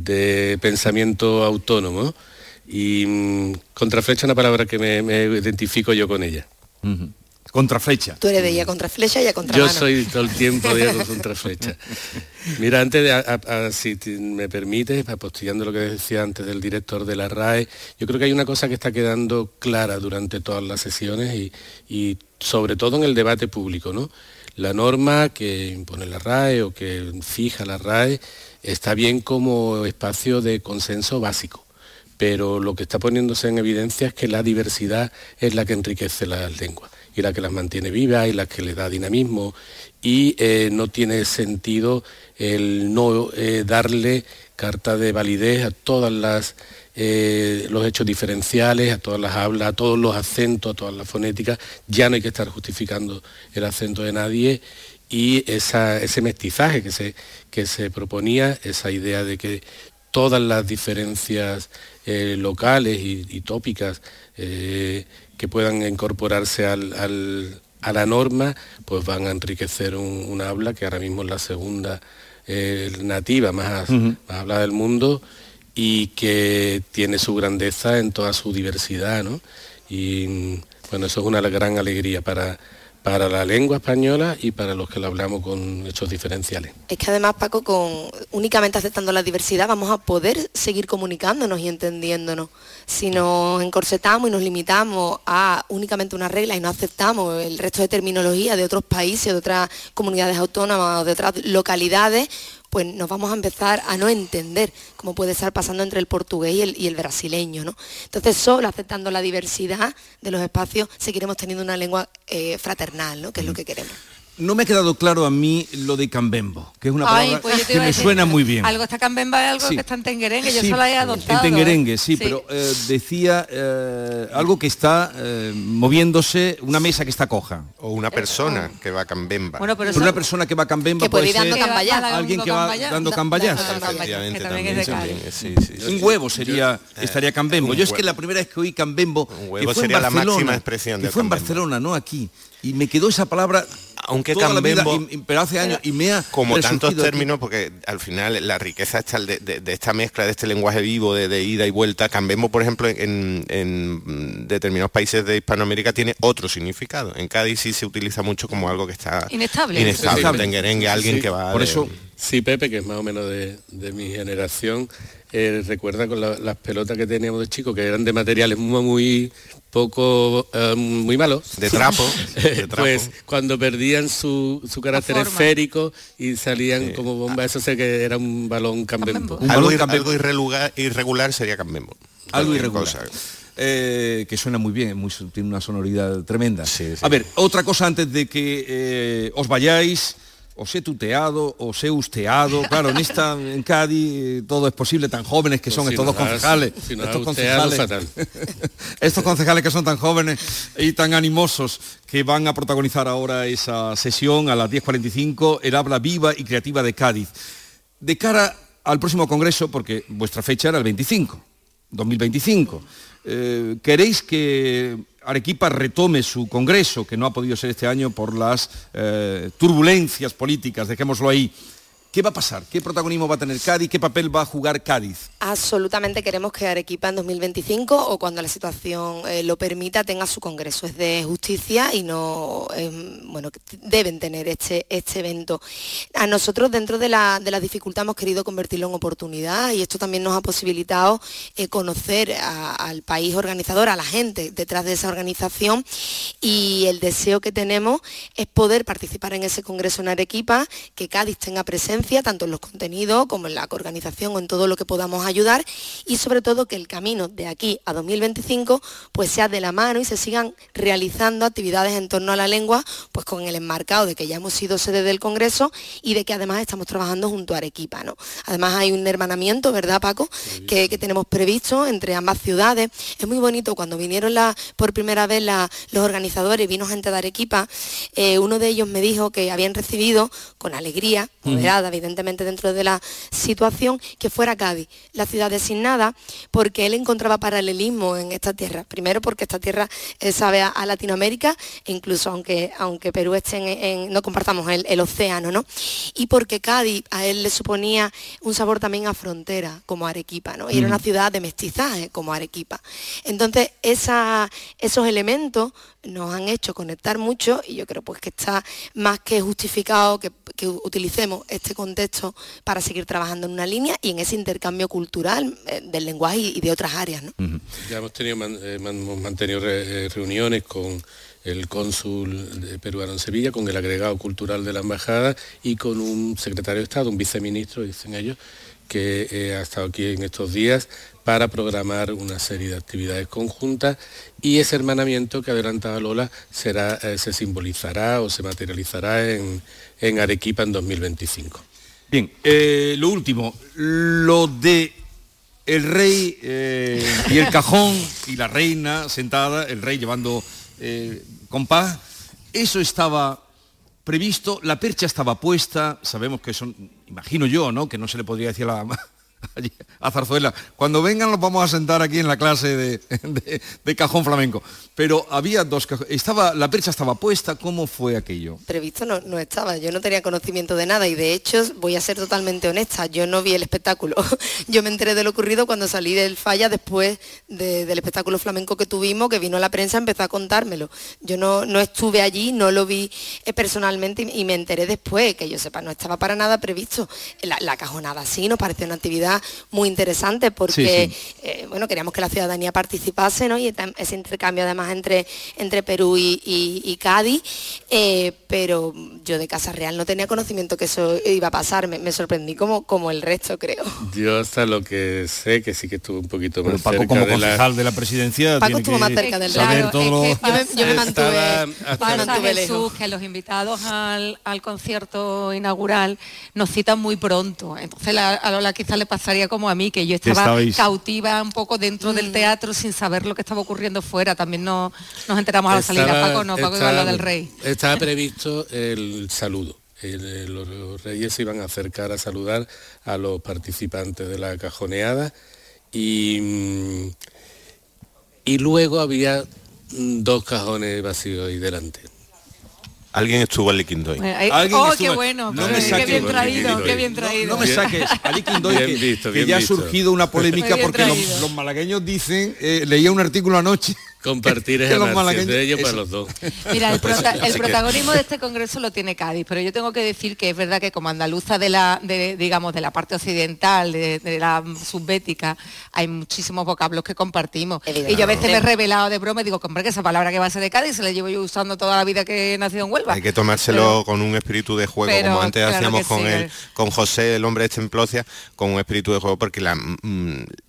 de pensamiento autónomo. Y mmm, contraflecha es una palabra que me, me identifico yo con ella. Uh-huh. Contraflecha. Tú eres de ella contraflecha y a contramano. Yo soy todo el tiempo de ella contraflecha. Mira, antes de, a, a, si me permites, apostillando lo que decía antes del director de la R A E, yo creo que hay una cosa que está quedando clara durante todas las sesiones y, y sobre todo en el debate público, ¿no? La norma que impone la R A E o que fija la R A E está bien como espacio de consenso básico, pero lo que está poniéndose en evidencia es que la diversidad es la que enriquece las lenguas y la que las mantiene vivas y la que le da dinamismo y eh, no tiene sentido el no eh, darle carta de validez a todas las eh, los hechos diferenciales, a todas las hablas, a todos los acentos, a todas las fonéticas. Ya no hay que estar justificando el acento de nadie y esa, ese mestizaje que se, que se proponía, esa idea de que todas las diferencias eh, locales y, y tópicas eh, que puedan incorporarse al, al, a la norma, pues van a enriquecer un, un habla que ahora mismo es la segunda eh, nativa más, uh-huh. más hablada del mundo y que tiene su grandeza en toda su diversidad, ¿no? Y bueno, eso es una gran alegría para, para la lengua española y para los que la hablamos con hechos diferenciales. Es que además, Paco, con únicamente aceptando la diversidad vamos a poder seguir comunicándonos y entendiéndonos. Si nos encorsetamos y nos limitamos a únicamente una regla y no aceptamos el resto de terminología de otros países, de otras comunidades autónomas o de otras localidades, pues nos vamos a empezar a no entender cómo puede estar pasando entre el portugués y el, y el brasileño, ¿no? Entonces, solo aceptando la diversidad de los espacios seguiremos teniendo una lengua eh, fraternal, ¿no? Que es lo que queremos. No me ha quedado claro a mí lo de cambembo, que es una palabra Ay, pues que me decir, suena muy bien. Algo está cambemba, es algo sí. que está en tenguerengue, yo sí, solo he adoptado. En tenguerengue, sí, sí, pero eh, decía eh, algo que está eh, moviéndose, una mesa que está coja. O una persona que va a cambemba. Bueno, pero, pero una persona que va a cambemba que puede puede ir dando ser cambayaz. alguien que va dando cambayaz. Efectivamente, también, también, sí, sí. Un huevo sería, yo, estaría cambembo. Yo es que la primera vez que oí cambembo, un huevo que fue sería en Barcelona, la máxima expresión que de fue en cambembo. Barcelona, no aquí. Y me quedó esa palabra aunque toda cambembo, la vida, y, pero hace años y me ha como tantos términos, aquí. Porque al final la riqueza está de, de, de esta mezcla, de este lenguaje vivo, de, de ida y vuelta. Cambembo, por ejemplo, en, en determinados países de Hispanoamérica tiene otro significado. En Cádiz sí se utiliza mucho como algo que está inestable, inestable, inestable. tenguerengue, alguien sí, que va por de, eso sí, Pepe, que es más o menos de, de mi generación, eh, recuerda con la, las pelotas que teníamos de chicos, que eran de materiales muy, muy poco, uh, muy malos. De trapo. De trapo. Pues cuando perdían su, su carácter esférico y salían sí. como bombas, eso sé que era un balón cambembo. Un algo, balón cambembo. Algo irregular, irregular sería cambembo. Algo irregular. Cosa. Eh, que suena muy bien, muy, tiene una sonoridad tremenda. Sí, sí. A ver, otra cosa antes de que eh, os vayáis. os he tuteado, os he usteado. Claro, en esta, en Cádiz, eh, todo es posible, tan jóvenes que Pues son si estos dos nos has- concejales. si nos estos has usteado, concejales, fatal. estos concejales que son tan jóvenes y tan animosos, que van a protagonizar ahora esa sesión a las diez cuarenta y cinco, el habla viva y creativa de Cádiz. De cara al próximo congreso, porque vuestra fecha era el veinticinco, dos mil veinticinco, eh, ¿queréis que Arequipa retome su congreso, que no ha podido ser este año por las eh, turbulencias políticas, dejémoslo ahí? ¿Qué va a pasar? ¿Qué protagonismo va a tener Cádiz? ¿Qué papel va a jugar Cádiz? Absolutamente queremos que Arequipa en dos mil veinticinco o cuando la situación eh, lo permita tenga su congreso. Es de justicia y no, eh, bueno, deben tener este, este evento. A nosotros dentro de la, de la dificultad hemos querido convertirlo en oportunidad y esto también nos ha posibilitado eh, conocer a, al país organizador, a la gente detrás de esa organización, y el deseo que tenemos es poder participar en ese congreso en Arequipa, que Cádiz tenga presencia tanto en los contenidos como en la organización o en todo lo que podamos ayudar, y sobre todo que el camino de aquí a dos mil veinticinco pues sea de la mano y se sigan realizando actividades en torno a la lengua, pues con el enmarcado de que ya hemos sido sede del Congreso y de que además estamos trabajando junto a Arequipa, ¿no? Además hay un hermanamiento, ¿verdad, Paco?, que, que tenemos previsto entre ambas ciudades. Es muy bonito cuando vinieron la, por primera vez la, los organizadores, vino gente de Arequipa, eh, uno de ellos me dijo que habían recibido con alegría, moderada, evidentemente dentro de la situación, que fuera Cádiz la ciudad designada, porque él encontraba paralelismo en esta tierra. Primero porque esta tierra eh, sabe a, a Latinoamérica, e incluso aunque, aunque Perú esté en, en- no compartamos el, el océano, ¿no? Y porque Cádiz a él le suponía un sabor también a frontera, como Arequipa, ¿no? Y era una ciudad de mestizaje, como Arequipa. Entonces, esa, esos elementos nos han hecho conectar mucho, y yo creo pues que está más que justificado que, que utilicemos este contexto para seguir trabajando en una línea y en ese intercambio cultural eh, del lenguaje y, y de otras áreas, ¿no? Ya hemos tenido man- eh, man- hemos mantenido re- eh, reuniones con el cónsul de peruano en Sevilla, con el agregado cultural de la embajada y con un secretario de Estado, un viceministro, dicen ellos, que eh, ha estado aquí en estos días para programar una serie de actividades conjuntas, y ese hermanamiento que adelantaba Lola será, eh, se simbolizará o se materializará en, en Arequipa en dos mil veinticinco. Bien, eh, lo último, lo de el rey eh, y el cajón y la reina sentada, el rey llevando eh, compás, eso estaba previsto, la percha estaba puesta, sabemos que son, imagino yo, ¿no?, que no se le podría decir a la... allí, a Zarzuela, cuando vengan los vamos a sentar aquí en la clase de, de- de cajón flamenco, pero había dos cajones, estaba, la percha estaba puesta, ¿cómo fue aquello? Previsto no, no estaba, yo no tenía conocimiento de nada, y de hecho voy a ser totalmente honesta, yo no vi el espectáculo. Yo me enteré de lo ocurrido cuando salí del Falla después de- del espectáculo flamenco que tuvimos, que vino la prensa, empezó a contármelo. Yo no, no estuve allí, no lo vi eh, personalmente, y, y me enteré después, que yo sepa, no estaba para nada previsto. La, la cajonada sí, nos pareció una actividad muy interesante porque Sí, sí. eh, bueno, queríamos que la ciudadanía participase, ¿no? Y tam- ese intercambio además entre, entre Perú y, y- y Cádiz, eh, pero yo de Casa Real no tenía conocimiento que eso iba a pasar, me, me sorprendí como, como el resto, creo. Yo hasta lo que sé, que sí que estuve un poquito más Pero Paco, cerca como de la... concejal de la presidencia, Paco tiene estuvo que más cerca del saber Claro, todo. es que yo, me, yo me mantuve, Estaba- me Pasa, mantuve Jesús, lejos. que los invitados al, al concierto inaugural nos citan muy pronto. Entonces la- a Lola quizás le pasaría como a mí, que yo estaba estabais- cautiva un poco dentro del teatro sin saber lo que estaba ocurriendo fuera. También no, nos enteramos a la salida. Estaba- Paco no, Paco iba a estaba- lo del rey. Estaba previsto el saludo. El- el- los, los reyes se iban a acercar a saludar a los participantes de la cajoneada, y, mm, y luego había mm, dos cajones vacíos ahí delante. Alguien estuvo en Liquindoy. Bueno, ahí- Alguien oh, estuvo- qué bueno, no qué, me qué saques- bien traído, Liquindoy. qué bien traído. No me saques, Ali Quindoy, Bien que, visto, que bien ya ha visto. surgido una polémica Muy bien porque los, traído. los malagueños dicen, eh, leía un artículo anoche, Compartir que es los ganar, si es malagueños- de ellos para eso. los dos. Mira, el, prota- el Así que- protagonismo de este congreso lo tiene Cádiz, pero yo tengo que decir que es verdad que como andaluza de la, de, digamos, de la parte occidental, de, de la subbética, hay muchísimos vocablos que compartimos. Y yo a veces me he revelado de broma y digo, compre que esa palabra que va a ser de Cádiz se la llevo yo usando toda la vida que he nacido en Huelva. Hay que tomárselo con un espíritu de juego, pero como antes claro hacíamos que con sí, el, eh. con José, el hombre este en Plocia, con un espíritu de juego, porque la, mm,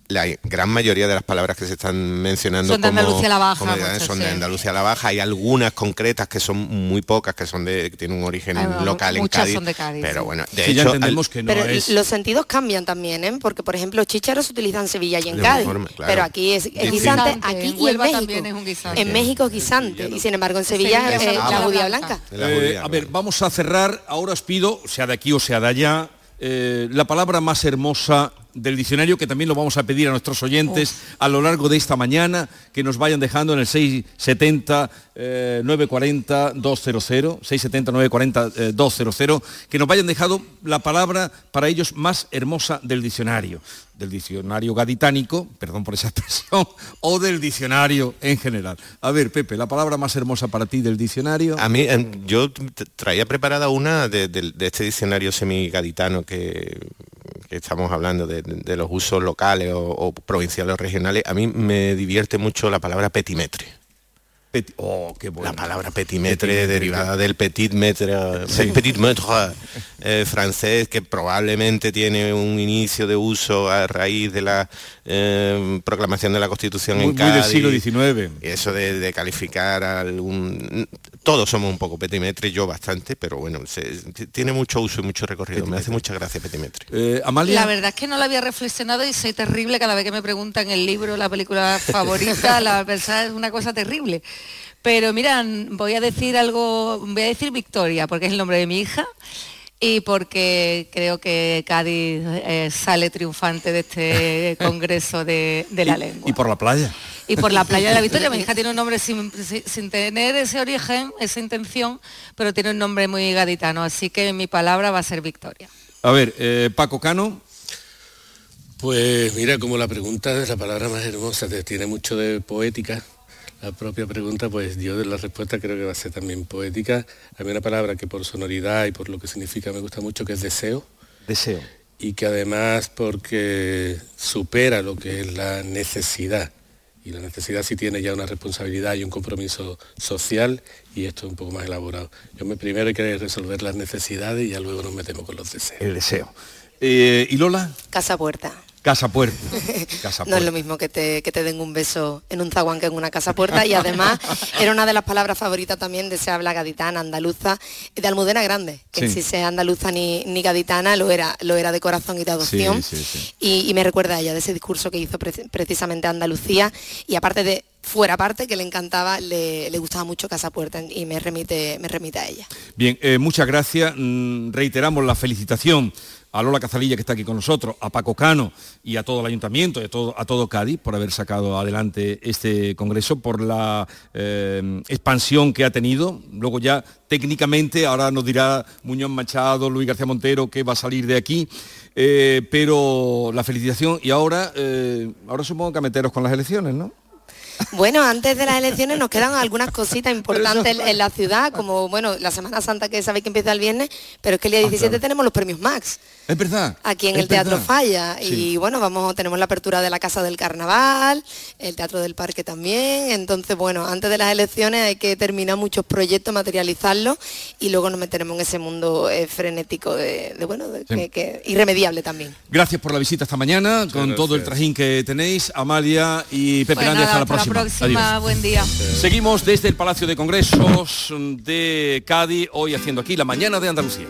la gran mayoría de las palabras que se están mencionando son de como, Andalucía a la Baja, como de- muchas, son de sí. Andalucía a la Baja. Hay algunas concretas que son muy pocas, que son de que tienen un origen Hay, vamos, local en muchas Cádiz, son de Cádiz, pero sí. bueno, de Sí, ya hecho entendemos al- que no Pero es... los sentidos cambian también, ¿eh? Porque, por ejemplo, chícharo se utiliza en Sevilla y en De Cádiz, forma, claro. pero aquí es, es Distinto. guisante, Guisante, aquí en y en Huelva México. también es un guisante. En México es guisante, y sin embargo en Sevilla Sevilla es es la la judía blanca. blanca. de la Eh, judía, a ver, vamos a cerrar. Ahora os pido, sea de aquí o sea de allá, eh, la palabra más hermosa del diccionario, que también lo vamos a pedir a nuestros oyentes a lo largo de esta mañana, que nos vayan dejando en el seis setenta, nueve cuarenta, doscientos, seis setenta, nueve cuarenta, doscientos, que nos vayan dejando la palabra para ellos más hermosa del diccionario, del diccionario gaditánico, perdón por esa expresión, o del diccionario en general. A ver, Pepe, la palabra más hermosa para ti del diccionario. A mí, eh, yo t- traía preparada una de, de- de este diccionario semigaditano que, que estamos hablando, de, de- de los usos locales o, o provinciales o regionales. A mí me divierte mucho la palabra petimetre. Peti- oh, qué bueno. La palabra petimetre, Petimetre, derivada del petit maître, Sí. petit maître eh, francés, que probablemente tiene un inicio de uso a raíz de la eh, proclamación de la Constitución Muy, en muy Cádiz. del siglo diecinueve. Y eso de, de calificar a algún... Todos somos un poco petimetre, yo bastante, pero bueno, se- tiene mucho uso y mucho recorrido. Me hace mucha gracia petimetre. Eh, Amalia. La verdad es que no lo había reflexionado y soy terrible cada vez que me preguntan el libro, la película favorita, la verdad es una cosa terrible. Pero mira, voy a decir algo, voy a decir Victoria, porque es el nombre de mi hija y porque creo que Cádiz eh, sale triunfante de este congreso de, de la lengua. Y por la playa. Y por la playa de la Victoria. Mi hija tiene un nombre sin, sin- sin tener ese origen, esa intención, pero tiene un nombre muy gaditano, así que mi palabra va a ser Victoria. A ver, eh, Paco Cano. Pues mira, como la pregunta de la palabra más hermosa te- tiene mucho de poética, la propia pregunta, pues yo de la respuesta creo que va a ser también poética. Hay una palabra que por sonoridad y por lo que significa me gusta mucho, que es deseo. Deseo. Y que además porque supera lo que es la necesidad. Y la necesidad sí tiene ya una responsabilidad y un compromiso social, y esto es un poco más elaborado. Yo me, primero hay que resolver las necesidades y ya luego nos metemos con los deseos. El deseo. Eh, ¿Y Lola? Casa puerta. Casa puerta. Casa No puerta. es lo mismo que te, que te den un beso en un zaguán que en una casa puerta, y además era una de las palabras favoritas también de Se habla gaditana, andaluza, de Almudena Grande, que Sí. si sea andaluza ni, ni gaditana lo era, lo era de corazón y de adopción. Sí, sí, sí. Y, y me recuerda a ella de ese discurso que hizo pre- precisamente a Andalucía, y aparte de fuera parte que le encantaba, le, le gustaba mucho Casa Puerta, y me remite, me remite a ella. Bien, eh, muchas gracias. Mm, reiteramos la felicitación a Lola Cazalilla, que está aquí con nosotros, a Paco Cano y a todo el ayuntamiento, y a todo, a todo Cádiz, por haber sacado adelante este congreso, por la eh, expansión que ha tenido. Luego ya técnicamente, ahora nos dirá Muñoz Machado, Luis García Montero, qué va a salir de aquí, eh, pero la felicitación. Y ahora, eh, ahora supongo que a meteros con las elecciones, ¿no? Bueno, antes de las elecciones nos quedan algunas cositas importantes en, en la ciudad, como bueno, la Semana Santa, que sabéis que empieza el viernes, pero es que el día diecisiete claro. tenemos los premios Max. Es verdad. Aquí en es el Teatro verdad. Falla. Sí. Y bueno, vamos, tenemos la apertura de la Casa del Carnaval, el Teatro del Parque también. Entonces, bueno, antes de las elecciones hay que terminar muchos proyectos, materializarlos, y luego nos meteremos en ese mundo eh, frenético de, de, bueno, de, Sí. que, que irremediable también. Gracias por la visita esta mañana, con gracias. todo el trajín que tenéis, Amalia y Pepe Pues Nández. nada, Hasta la hasta próxima. la próxima, Adiós. buen día. Seguimos desde el Palacio de Congresos de Cádiz, hoy haciendo aquí la mañana de Andalucía.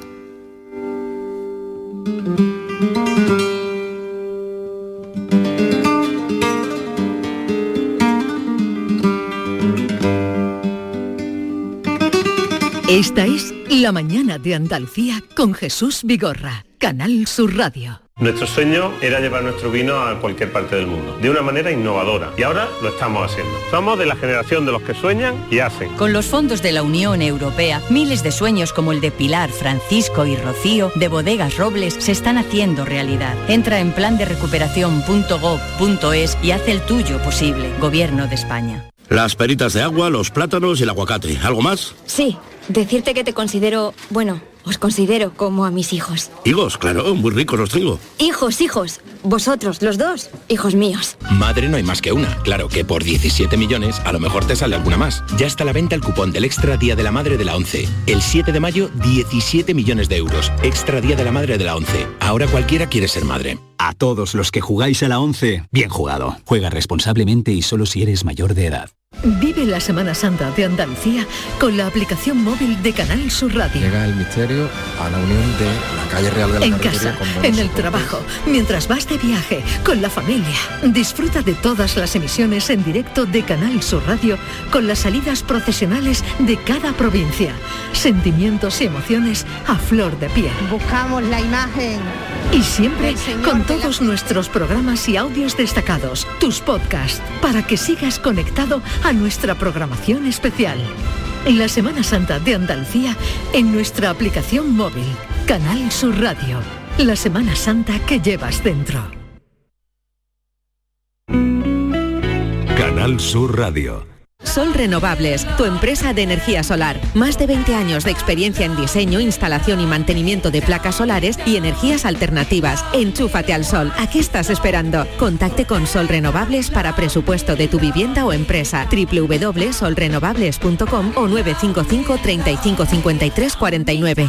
Esta es La mañana de Andalucía con Jesús Vigorra, Canal Sur Radio. Nuestro sueño era llevar nuestro vino a cualquier parte del mundo, de una manera innovadora, y ahora lo estamos haciendo. Somos de la generación de los que sueñan y hacen. Con los fondos de la Unión Europea, miles de sueños como el de Pilar, Francisco y Rocío, de Bodegas Robles, se están haciendo realidad. Entra en plan de recuperación punto gob punto es y haz el tuyo posible. Gobierno de España. Las peritas de agua, los plátanos y el aguacate. ¿Algo más? Sí, Decirte que te considero, bueno, os considero como a mis hijos. Higos, claro, muy ricos los tengo. Hijos, hijos. Vosotros, los dos, hijos míos. Madre no hay más que una. Claro que por diecisiete millones a lo mejor te sale alguna más. Ya está a la venta el cupón del Extra Día de la Madre de la ONCE. El siete de mayo, diecisiete millones de euros. Extra Día de la Madre de la ONCE. Ahora cualquiera quiere ser madre. A todos los que jugáis a la ONCE, bien jugado. Juega responsablemente y solo si eres mayor de edad. Vive la Semana Santa de Andalucía con la aplicación móvil de Canal Sur Radio. Llega el misterio a la unión de la calle Real de la En Carretería casa, con Bonos en el Cortés. trabajo, mientras vas de viaje, con la familia. Disfruta de todas las emisiones en directo de Canal Sur Radio con las salidas procesionales de cada provincia. Sentimientos y emociones a flor de piel. Buscamos la imagen. Y siempre del Señor con de la- todos nuestros programas y audios destacados, tus podcasts, para que sigas conectado a nuestra programación especial. La Semana Santa de Andalucía en nuestra aplicación móvil, Canal Sur Radio. La Semana Santa que llevas dentro. Canal Sur Radio. Sol Renovables, tu empresa de energía solar. Más de veinte años de experiencia en diseño, instalación y mantenimiento de placas solares y energías alternativas. Enchúfate al sol. ¿A qué estás esperando? Contacte con Sol Renovables para presupuesto de tu vivienda o empresa. doble u doble u doble punto sol renovables punto com o nueve cinco cinco, treinta y cinco, cincuenta y tres, cuarenta y nueve.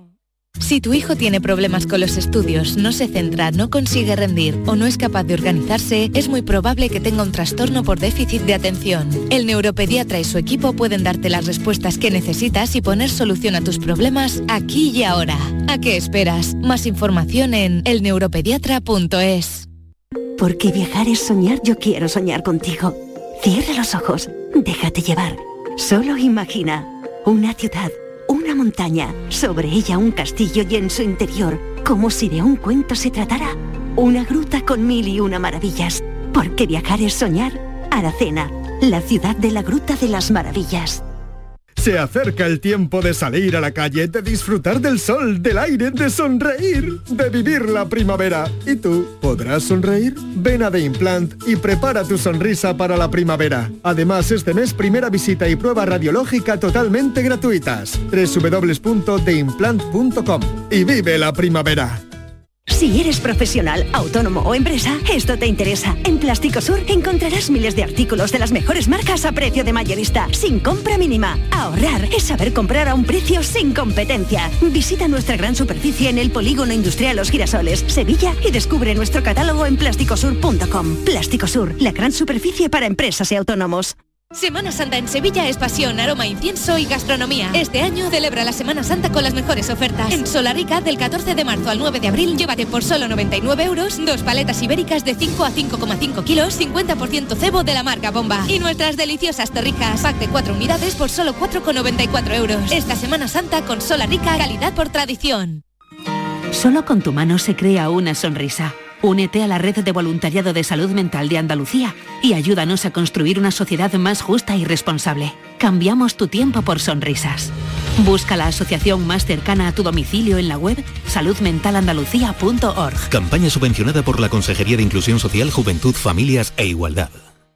Si tu hijo tiene problemas con los estudios, no se centra, no consigue rendir o no es capaz de organizarse, es muy probable que tenga un trastorno por déficit de atención. El neuropediatra y su equipo pueden darte las respuestas que necesitas y poner solución a tus problemas aquí y ahora. ¿A qué esperas? Más información en el neuropediatra punto es. Porque viajar es soñar, yo quiero soñar contigo. Cierra los ojos, déjate llevar. Solo imagina una ciudad, una montaña, sobre ella un castillo y en su interior, como si de un cuento se tratara, una gruta con mil y una maravillas. Porque viajar es soñar. Aracena, la ciudad de la Gruta de las Maravillas. Se acerca el tiempo de salir a la calle, de disfrutar del sol, del aire, de sonreír, de vivir la primavera. ¿Y tú podrás sonreír? Ven a The Implant y prepara tu sonrisa para la primavera. Además, este mes primera visita y prueba radiológica totalmente gratuitas. doble u doble u doble u punto the implant punto com y vive la primavera. Si eres profesional, autónomo o empresa, esto te interesa. En Plástico Sur encontrarás miles de artículos de las mejores marcas a precio de mayorista, sin compra mínima. Ahorrar es saber comprar a un precio sin competencia. Visita nuestra gran superficie en el Polígono Industrial Los Girasoles, Sevilla, y descubre nuestro catálogo en plásticosur punto com. Plástico Sur, la gran superficie para empresas y autónomos. Semana Santa en Sevilla es pasión, aroma, incienso y gastronomía. Este año celebra la Semana Santa con las mejores ofertas. En Solarica, del catorce de marzo al nueve de abril, llévate por solo noventa y nueve euros dos paletas ibéricas de cinco a cinco coma cinco kilos, cincuenta por ciento cebo de la marca Bomba. Y nuestras deliciosas torrijas, pack de cuatro unidades por solo cuatro coma noventa y cuatro euros. Esta Semana Santa con Solarica, calidad por tradición. Solo con tu mano se crea una sonrisa. Únete a la red de voluntariado de salud mental de Andalucía y ayúdanos a construir una sociedad más justa y responsable. Cambiamos tu tiempo por sonrisas. Busca la asociación más cercana a tu domicilio en la web salud mental andalucía punto org. Campaña subvencionada por la Consejería de Inclusión Social, Juventud, Familias e Igualdad.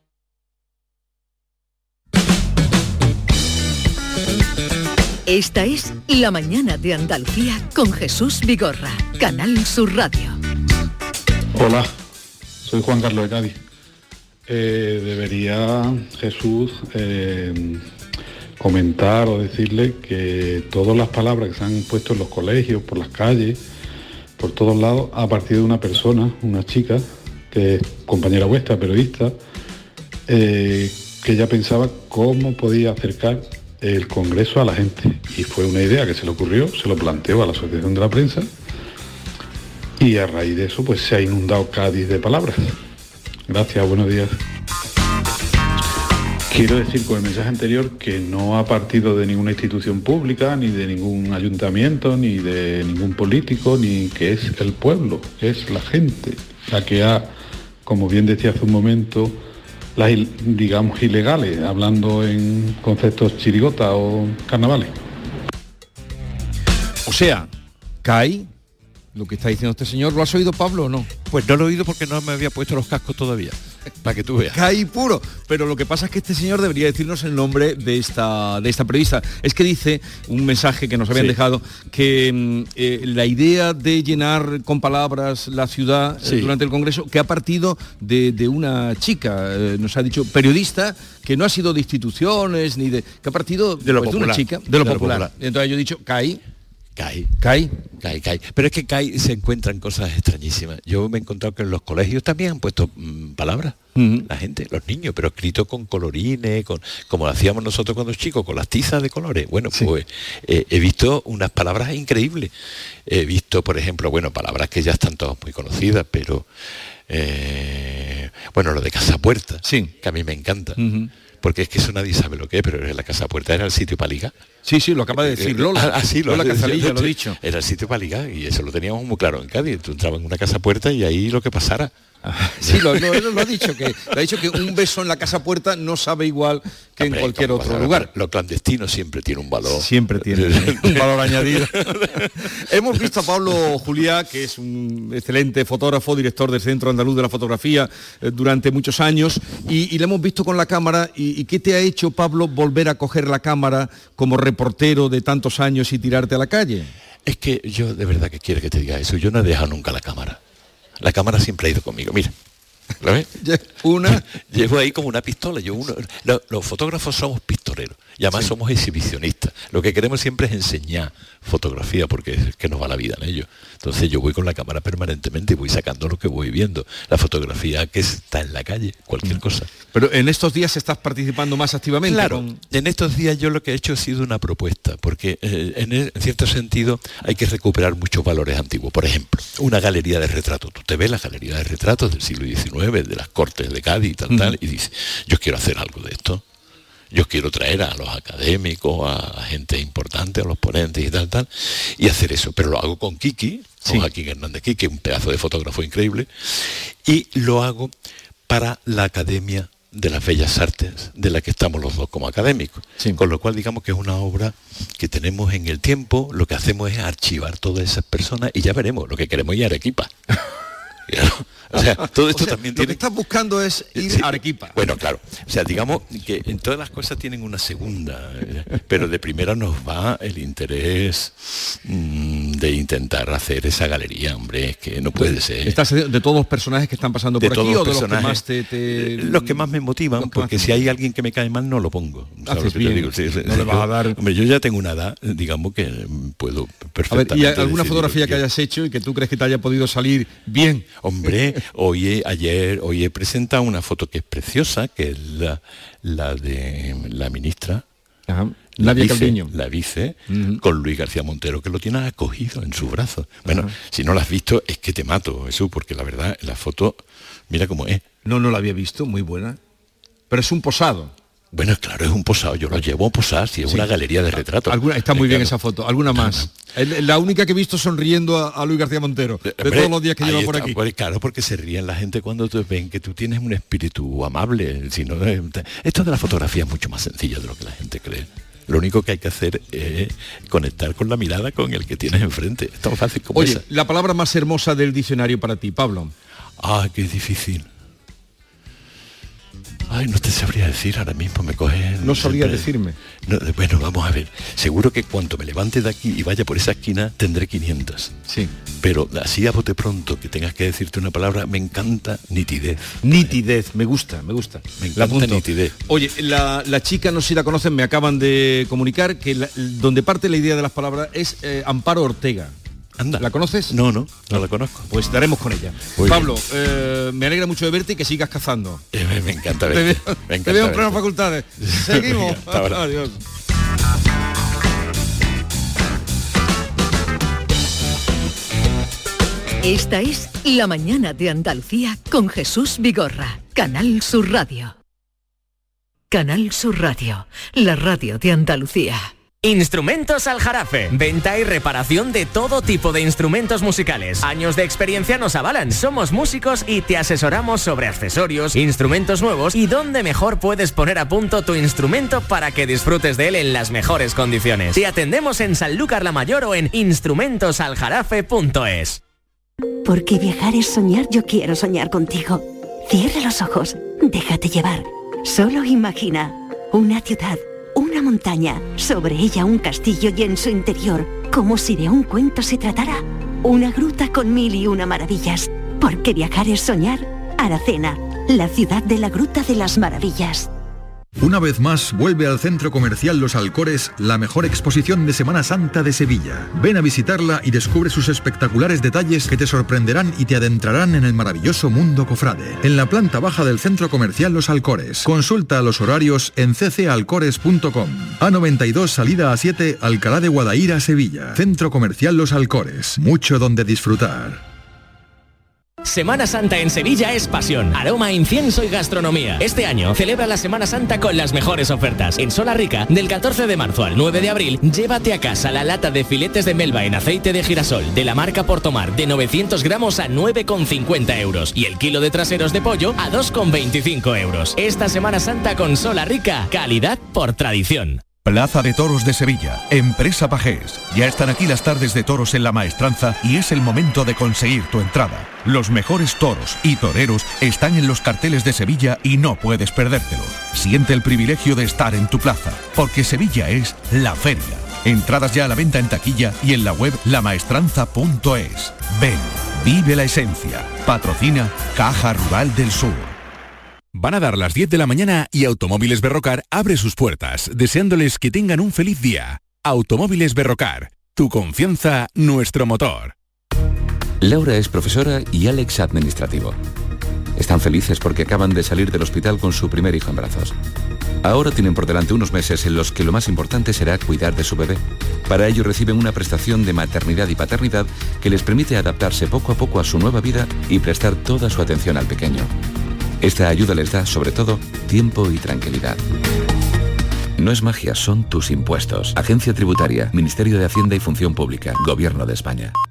Esta es La Mañana de Andalucía con Jesús Vigorra, Canal Sur Radio. Hola, soy Juan Carlos de Cádiz. Eh, debería Jesús eh, comentar o decirle que todas las palabras que se han puesto en los colegios, por las calles, por todos lados, a partir de una persona, una chica, que es compañera vuestra, periodista, eh, que ella pensaba cómo podía acercar el Congreso a la gente. Y fue una idea que se le ocurrió, se lo planteó a la Asociación de la Prensa, y a raíz de eso pues se ha inundado Cádiz de palabras. Gracias, buenos días. Quiero decir con el mensaje anterior que no ha partido de ninguna institución pública, ni de ningún ayuntamiento, ni de ningún político, ni que es el pueblo, es la gente la que ha, como bien decía hace un momento, las, digamos, ilegales, hablando en conceptos chirigota o carnavales. O sea, cae lo que está diciendo este señor. ¿Lo has oído, Pablo, o no? Pues no lo he oído porque no me había puesto los cascos todavía. para que tú veas. C A I puro. Pero lo que pasa es que este señor debería decirnos el nombre de esta, de esta periodista. Es que dice un mensaje que nos habían sí. dejado, que eh, la idea de llenar con palabras la ciudad sí. eh, durante el Congreso, que ha partido de, de una chica, eh, nos ha dicho, periodista, que no ha sido de instituciones, ni de... que ha partido de, lo pues, popular, de una chica, de lo, de popular. lo popular. Entonces yo he dicho, C A I. C A I. C A I. C A I, C A I. Pero es que C A I se encuentran cosas extrañísimas. Yo me he encontrado que en los colegios también han puesto mmm, palabras. Uh-huh. La gente, los niños, pero escrito con colorines, con como lo hacíamos nosotros cuando chicos, con las tizas de colores. Bueno, sí. pues eh, he visto unas palabras increíbles. He visto, por ejemplo, bueno, palabras que ya están todas muy conocidas, pero eh, bueno, lo de casa puerta, sí. que a mí me encanta. Uh-huh. Porque es que eso nadie sabe lo que es, pero la casa puerta era el sitio para ligar. Sí, sí, lo acaba de decir Lola. Ah, sí, Lola Cazalilla, lo he dicho. Era el sitio para ligar y eso lo teníamos muy claro en Cádiz. Tú entrabas en una casa puerta y ahí lo que pasara. Sí, lo, lo, lo ha dicho, que lo ha dicho que un beso en la casa puerta no sabe igual que Hombre, en cualquier otro pasar, lugar. Lo clandestino siempre tiene un valor. Siempre tiene un valor añadido. Hemos visto a Pablo Juliá, que es un excelente fotógrafo, director del Centro Andaluz de la Fotografía eh, durante muchos años, y, y le hemos visto con la cámara. Y, ¿Y qué te ha hecho, Pablo, volver a coger la cámara como reportero de tantos años y tirarte a la calle? Es que yo de verdad que quiero que te diga eso. Yo no he dejado nunca la cámara. La cámara siempre ha ido conmigo, mira. ¿Lo ves? Una. Llevo ahí como una pistola. Yo uno, lo, los fotógrafos somos pistoleros y además sí. somos exhibicionistas. Lo que queremos siempre es enseñar fotografía porque es que nos va la vida en ello. Entonces yo voy con la cámara permanentemente y voy sacando lo que voy viendo. La fotografía que está en la calle, cualquier cosa. Pero en estos días estás participando más activamente. Claro, con... en estos días yo lo que he hecho ha sido una propuesta, porque eh, en, el, en cierto sentido hay que recuperar muchos valores antiguos. Por ejemplo, una galería de retratos. Tú te ves la galería de retratos del siglo diecinueve, de las Cortes de Cádiz y tal, uh-huh. tal, y dices, yo quiero hacer algo de esto. Yo quiero traer a los académicos, a gente importante, a los ponentes y tal, tal, y hacer eso. Pero lo hago con Kiki, con sí. Joaquín Hernández Kiki, un pedazo de fotógrafo increíble, y lo hago para la Academia de las Bellas Artes, de la que estamos los dos como académicos. Sí. Con lo cual, digamos que es una obra que tenemos en el tiempo, lo que hacemos es archivar todas esas personas y ya veremos, lo que queremos ir a Arequipa. O sea, todo esto o sea, también lo tiene... que estás buscando es ir sí, a Arequipa. Bueno, claro. O sea, digamos que en todas las cosas tienen una segunda, eh, pero de primera nos va el interés mmm, de intentar hacer esa galería, hombre, es que no puede ser. ¿Estás de todos los personajes que están pasando de por aquí o de los que más te, te... Los que más me motivan, porque si hay alguien que me cae mal no lo pongo. ¿Sabes bien? Digo? Sí, sí, no sí, le vas a dar... Hombre, yo ya tengo una edad, digamos que puedo perfectamente. A ver, ¿y alguna fotografía que hayas hecho y que tú crees que te haya podido salir bien? Hombre, hoy he, ayer, hoy he presentado una foto que es preciosa, que es la, la de la ministra. Ajá. La, vice, Calviño. la vice, uh-huh. con Luis García Montero, que lo tiene acogido en sus brazos. Bueno, uh-huh. si no la has visto, es que te mato, Jesús, porque la verdad, la foto, mira cómo es. No, no la había visto, muy buena. Pero es un posado. Bueno, claro, es un posado, yo lo llevo a posar, si es sí. una galería de retratos. ¿Alguna, está muy bien esa foto, ¿alguna más? La única que he visto sonriendo a, a Luis García Montero, de Hombre, todos los días que lleva por aquí. Pues claro, porque se ríen la gente cuando te ven que tú tienes un espíritu amable. Si no, esto de la fotografía es mucho más sencillo de lo que la gente cree. Lo único que hay que hacer es conectar con la mirada con el que tienes enfrente. Es tan fácil como Oye, esa. La palabra más hermosa del diccionario para ti, Pablo. Ah, qué difícil. Ay, no te sabría decir ahora mismo, me coge... No sabría siempre... decirme. No, bueno, vamos a ver. Seguro que cuando me levante de aquí y vaya por esa esquina, tendré quinientas. Sí. Pero así a bote pronto, que tengas que decirte una palabra, me encanta nitidez. Nitidez, me gusta, me gusta. Me encanta nitidez. Oye, la, la chica, no sé si la conocen, me acaban de comunicar que la, donde parte la idea de las palabras es eh, Amparo Ortega. Anda. ¿La conoces? No, no, no la conozco. Pues estaremos con ella. Muy Pablo, eh, me alegra mucho de verte y que sigas cazando. Eh, me, me encanta verte. Te veo, me encanta te veo en plenas facultades. Seguimos. Adiós. Esta es La Mañana de Andalucía con Jesús Vigorra, Canal Sur Radio. Canal Sur Radio, la radio de Andalucía. Instrumentos Aljarafe. Venta y reparación de todo tipo de instrumentos musicales. Años de experiencia nos avalan. Somos músicos y te asesoramos sobre accesorios, instrumentos nuevos y dónde mejor puedes poner a punto tu instrumento para que disfrutes de él en las mejores condiciones. Te atendemos en Sanlúcar la Mayor o en instrumentos aljarafe punto es. Porque viajar es soñar, yo quiero soñar contigo. Cierra los ojos, déjate llevar. Solo imagina una ciudad, una montaña, sobre ella un castillo y en su interior, como si de un cuento se tratara, una gruta con mil y una maravillas. Porque viajar es soñar. Aracena, la ciudad de la Gruta de las Maravillas. Una vez más vuelve al Centro Comercial Los Alcores la mejor exposición de Semana Santa de Sevilla. Ven a visitarla y descubre sus espectaculares detalles que te sorprenderán y te adentrarán en el maravilloso mundo cofrade. En la planta baja del Centro Comercial Los Alcores. Consulta los horarios en c c alcores punto com. A noventa y dos, salida A siete, Alcalá de Guadaíra, Sevilla. Centro Comercial Los Alcores. Mucho donde disfrutar. Semana Santa en Sevilla es pasión, aroma, incienso y gastronomía. Este año celebra la Semana Santa con las mejores ofertas. En Sola Rica, del catorce de marzo al nueve de abril, llévate a casa la lata de filetes de melva en aceite de girasol de la marca Portomar de novecientos gramos a nueve con cincuenta euros y el kilo de traseros de pollo a dos con veinticinco euros. Esta Semana Santa con Sola Rica, calidad por tradición. Plaza de Toros de Sevilla, Empresa Pajés. Ya están aquí las tardes de toros en La Maestranza y es el momento de conseguir tu entrada. Los mejores toros y toreros están en los carteles de Sevilla y no puedes perdértelo. Siente el privilegio de estar en tu plaza, porque Sevilla es la feria. Entradas ya a la venta en taquilla y en la web la maestranza punto es. Ven, vive la esencia. Patrocina Caja Rural del Sur. Van a dar las diez de la mañana y Automóviles Berrocar abre sus puertas, deseándoles que tengan un feliz día. Automóviles Berrocar, tu confianza, nuestro motor. Laura es profesora y Alex administrativo. Están felices porque acaban de salir del hospital con su primer hijo en brazos. Ahora tienen por delante unos meses en los que lo más importante será cuidar de su bebé. Para ello reciben una prestación de maternidad y paternidad que les permite adaptarse poco a poco a su nueva vida y prestar toda su atención al pequeño. Esta ayuda les da, sobre todo, tiempo y tranquilidad. No es magia, son tus impuestos. Agencia Tributaria, Ministerio de Hacienda y Función Pública, Gobierno de España.